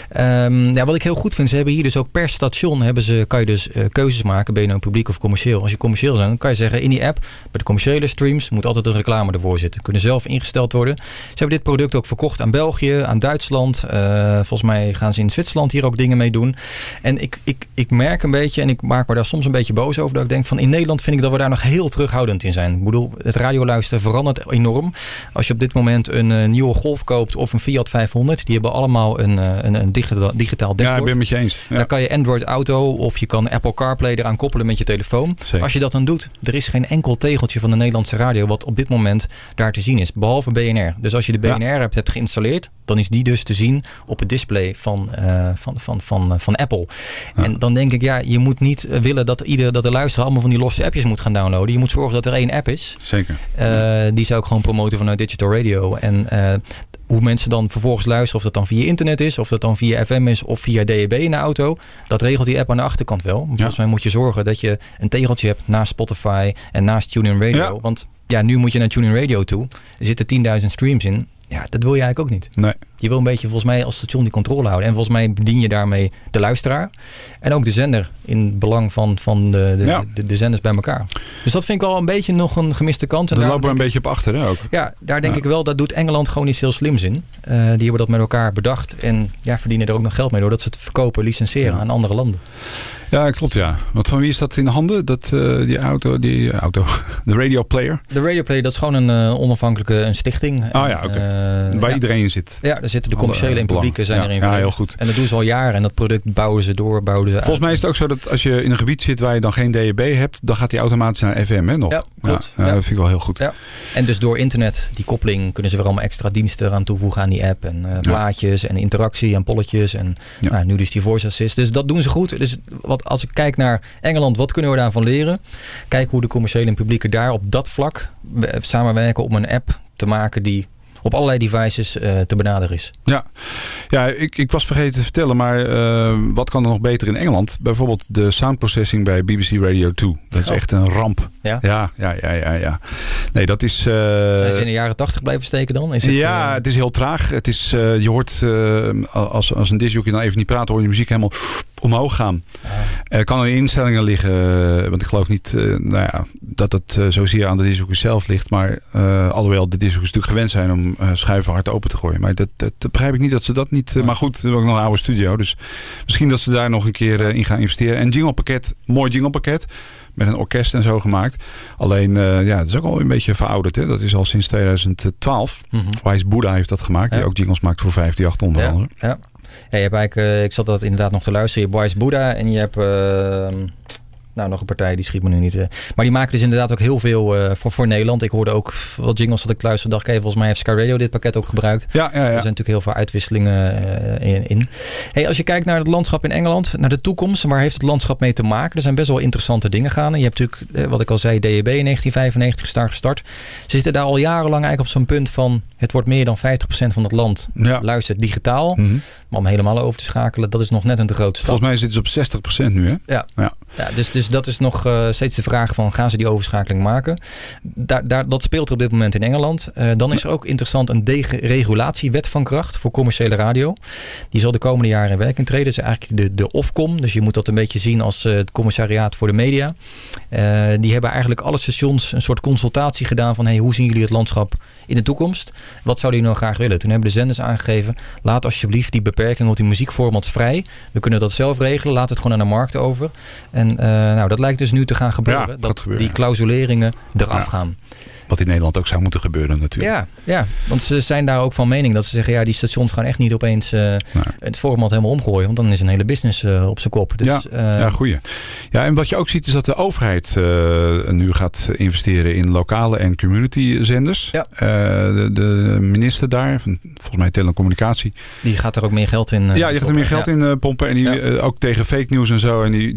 Um, ja, wat ik heel goed vind, ze hebben hier dus ook per station hebben ze, kan je dus uh, keuzes maken, ben je nou publiek of commercieel. Als je commercieel bent, dan kan je zeggen in die app, bij de commerciële streams moet altijd een reclame ervoor zitten. Kunnen zelf ingesteld worden. Ze hebben dit product ook verkocht aan België, aan Duitsland. Uh, volgens mij gaan ze in Zwitserland hier ook dingen mee doen. En ik, ik, ik merk een beetje, en ik maak me daar soms een beetje boos over, dat ik denk van in Nederland vind ik dat we daar nog heel terughoudend in zijn. Ik bedoel, het radioluisteren verandert enorm. Als je op dit moment een uh, nieuwe Golf koopt of een Fiat vijfhonderd, die hebben allemaal een, uh, een, een digitaal, digitaal dashboard. Ja, ik ben met je eens. Ja. Daar kan je Android Auto of je kan Apple CarPlay eraan koppelen met je telefoon. Zeker. Als je dat dan doet, er is geen enkel tegeltje van de Nederlandse radio wat op dit moment daar te zien is, behalve B N R. Dus als je de B N R-app hebt geïnstalleerd, dan is die dus te zien op het display van, uh, van, van, van, van Apple. Ja. En dan denk ik, ja, je moet niet willen dat, ieder, dat de luisteraar allemaal van die losse appjes moet gaan downloaden. Je moet zorgen dat er één app is. Zeker. Uh, die zou ik gewoon promoten vanuit Digital Radio. En uh, hoe mensen dan vervolgens luisteren, of dat dan via internet is, of dat dan via F M is, of via D A B in de auto, dat regelt die app aan de achterkant wel. Maar volgens ja. mij moet je zorgen dat je een tegeltje hebt naast Spotify en naast TuneIn Radio. Ja. Want ja, nu moet je naar TuneIn Radio toe. Er zitten tienduizend streams in. Ja, dat wil je eigenlijk ook niet. Nee. Je wil een beetje volgens mij als station die controle houden. En volgens mij bedien je daarmee de luisteraar. En ook de zender in belang van, van de, de, ja. de, de zenders bij elkaar. Dus dat vind ik wel een beetje nog een gemiste kant. Daar lopen we een beetje op achter, hè, ook. Ja, daar denk ja. ik wel, dat doet Engeland gewoon iets heel slims in. Uh, die hebben dat met elkaar bedacht. En ja, verdienen er ook nog geld mee doordat ze het verkopen, licenseren ja. aan andere landen. Ja, klopt, ja. Want van wie is dat in de handen? Dat, uh, die auto, die uh, auto, de radio player? De radio player, dat is gewoon een uh, onafhankelijke een stichting. Oh en, ja, oké. Okay. Uh, Waar ja. iedereen in zit. Ja, daar zitten de commerciële en publieke zijn ja. erin. Ja, heel goed. En dat doen ze al jaren en dat product bouwen ze door, bouwen ze Volgens uit. mij is het ook zo dat als je in een gebied zit waar je dan geen D A B hebt, dan gaat die automatisch naar F M, hè, nog? Ja, klopt. Ja, ja, ja. Dat vind ik wel heel goed. Ja. En dus door internet, die koppeling, kunnen ze weer allemaal extra diensten eraan toevoegen aan die app. En uh, plaatjes ja. en interactie en polletjes. En ja. nou, nu dus die voice assist. Dus dat doen ze goed. Dus wat, als ik kijk naar Engeland, wat kunnen we daarvan leren? Kijk hoe de commerciële en publieke daar op dat vlak samenwerken om een app te maken die op allerlei devices uh, te benaderen is. Ja, ja ik, ik was vergeten te vertellen, maar uh, wat kan er nog beter in Engeland? Bijvoorbeeld de sound processing bij B B C Radio twee. Dat is oh. echt een ramp. Ja? Ja, ja, ja, ja. ja. Nee, dat is... Uh, Zijn ze in de jaren tachtig blijven steken dan? Is het, ja, uh... het is heel traag. Het is, uh, je hoort, uh, als, als een discjockey dan even niet praat, hoor je muziek helemaal omhoog gaan. Ah. Er kan in instellingen liggen, uh, want ik geloof niet uh, nou ja, dat het uh, zozeer aan de discjockey zelf ligt, maar uh, alhoewel de discjockeys natuurlijk gewend zijn om uh, schuiven hard open te gooien. Maar dat, dat, dat begrijp ik niet dat ze dat niet... Uh, maar goed, we hebben ook nog een oude studio, dus misschien dat ze daar nog een keer uh, in gaan investeren. En jinglepakket, mooi jinglepakket, met een orkest en zo gemaakt. Alleen, uh, ja, het is ook al een beetje verouderd. Hè? Dat is al sinds tweeduizend twaalf. Mm-hmm. Wise Buddha heeft dat gemaakt, ja. Die ook jingles maakt voor vijfhonderdachttien onder ja. andere. Ja. Ja, je hebt eigenlijk, uh, ik zat dat inderdaad nog te luisteren. Je hebt Wise Buddha en je hebt... Uh, Nou, nog een partij, die schiet me nu niet. Uh. Maar die maken dus inderdaad ook heel veel uh, voor, voor Nederland. Ik hoorde ook wat jingles dat ik luisterde. Dacht ik, hey, volgens mij heeft Sky Radio dit pakket ook gebruikt. Ja, ja, ja. Er zijn natuurlijk heel veel uitwisselingen uh, in. in. Hey, als je kijkt naar het landschap in Engeland, naar de toekomst, waar heeft het landschap mee te maken? Er zijn best wel interessante dingen gaande. Je hebt natuurlijk, uh, wat ik al zei, D A B in negentien vijfennegentig daar gestart. Ze zitten daar al jarenlang eigenlijk op zo'n punt van, het wordt meer dan vijftig procent van het land ja. luistert digitaal. Mm-hmm. Maar om helemaal over te schakelen, dat is nog net een te grote stap. Volgens mij zitten ze op zestig procent nu, hè? Ja, ja. ja dus, dus dat is nog uh, steeds de vraag van, gaan ze die overschakeling maken? Daar, daar, dat speelt er op dit moment in Engeland. Uh, dan is er ook interessant een deregulatiewet van kracht voor commerciële radio. Die zal de komende jaren in werking treden. Dat is eigenlijk de, de Ofcom. Dus je moet dat een beetje zien als uh, het commissariaat voor de media. Uh, die hebben eigenlijk alle stations een soort consultatie gedaan van, hey, hoe zien jullie het landschap in de toekomst? Wat zouden jullie nou graag willen? Toen hebben de zenders aangegeven, laat alsjeblieft die beperking op die muziekformats vrij. We kunnen dat zelf regelen. Laat het gewoon aan de markt over. En uh, nou, dat lijkt dus nu te gaan gebeuren. Ja, dat gebeuren. Die clausuleringen eraf ja. gaan. Wat in Nederland ook zou moeten gebeuren natuurlijk. Ja, ja, want ze zijn daar ook van mening dat ze zeggen, ja, die stations gaan echt niet opeens uh, nee. het format helemaal omgooien. Want dan is een hele business uh, op zijn kop. Dus, ja, uh, ja, goeie. Ja, en wat je ook ziet is dat de overheid uh, nu gaat investeren in lokale en community zenders. Ja. Uh, de, de minister daar, van, volgens mij telecommunicatie. Die gaat er ook meer geld in uh, Ja, die gaat er meer geld ja. in uh, pompen. En die, ja. uh, ook tegen fake news en zo. En die, die vindt het heel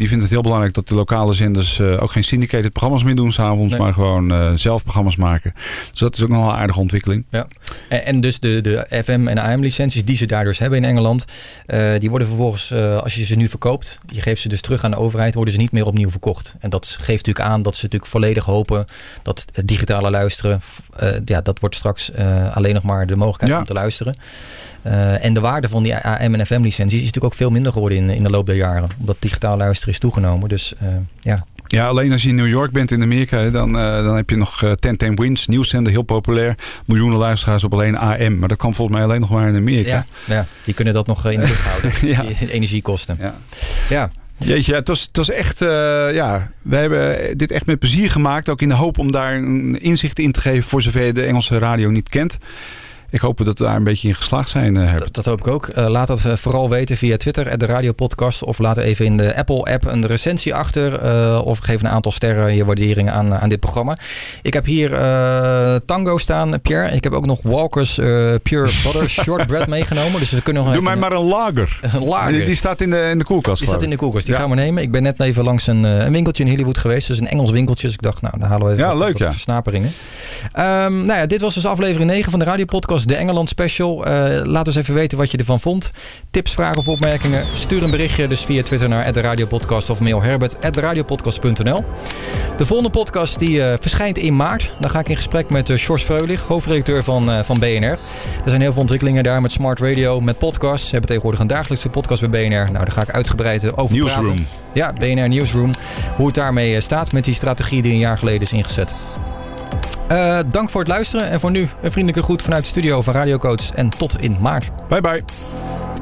belangrijk dat de lokale zenders uh, ook geen syndicated programma's meer doen s'avonds, nee. maar gewoon uh, zelf programma's maken. Dus dat is ook nog wel een aardige ontwikkeling. Ja. En, en dus de, de F M en A M licenties die ze daar dus hebben in Engeland, uh, die worden vervolgens, uh, als je ze nu verkoopt, je geeft ze dus terug aan de overheid, worden ze niet meer opnieuw verkocht. En dat geeft natuurlijk aan dat ze natuurlijk volledig hopen dat het digitale luisteren, uh, ja, dat wordt straks uh, alleen nog maar de mogelijkheid ja. om te luisteren. Uh, en de waarde van die A M en F M licenties is natuurlijk ook veel minder geworden in, in de loop der jaren. Omdat digitaal luisteren is toegenomen. Dus uh, ja. Ja, alleen als je in New York bent in Amerika, dan, uh, dan heb je nog uh, ten ten Wins, nieuwszender, heel populair. Miljoenen luisteraars op alleen A M. Maar dat kan volgens mij alleen nog maar in Amerika. Ja, ja die kunnen dat nog uh, in de lucht houden. ja. Die energiekosten. Ja. ja. Jeetje, het was, het was echt, uh, ja, wij hebben dit echt met plezier gemaakt. Ook in de hoop om daar een inzicht in te geven voor zover je de Engelse radio niet kent. Ik hoop dat we daar een beetje in geslaagd zijn, uh, dat, dat hoop ik ook. Uh, laat dat uh, vooral weten via Twitter, de radiopodcast. Of laat even in de Apple-app een recensie achter. Uh, of geef een aantal sterren je waardering aan, aan dit programma. Ik heb hier uh, Tango staan, Pierre. Ik heb ook nog Walker's uh, Pure Butter Shortbread meegenomen. Dus we kunnen nog Doe mij maar een lager. Een lager. Die, die staat in de, in de koelkast. Die staat in de koelkast. Die ja. gaan we nemen. Ik ben net even langs een, uh, een winkeltje in Hollywood geweest. Dus een Engels winkeltje. Dus ik dacht, nou, dan halen we even ja, wat, leuk, wat ja. versnaperingen. Um, nou ja, dit was dus aflevering negen van de radiopodcast, de Engeland Special. Uh, laat ons even weten wat je ervan vond. Tips, vragen of opmerkingen. Stuur een berichtje dus via Twitter naar at de radiopodcast of mail herbert at de radiopodcast punt n l. De volgende podcast die uh, verschijnt in maart. Dan ga ik in gesprek met uh, Sjors Freulich, hoofdredacteur van, uh, van B N R. Er zijn heel veel ontwikkelingen daar met smart radio, met podcasts. Ze hebben tegenwoordig een dagelijkse podcast bij B N R. Nou, daar ga ik uitgebreid over Newsroom. praten. Ja, B N R Newsroom. Hoe het daarmee uh, staat met die strategie die een jaar geleden is ingezet. Uh, dank voor het luisteren en voor nu een vriendelijke groet vanuit de studio van Radio Coach en tot in maart. Bye bye.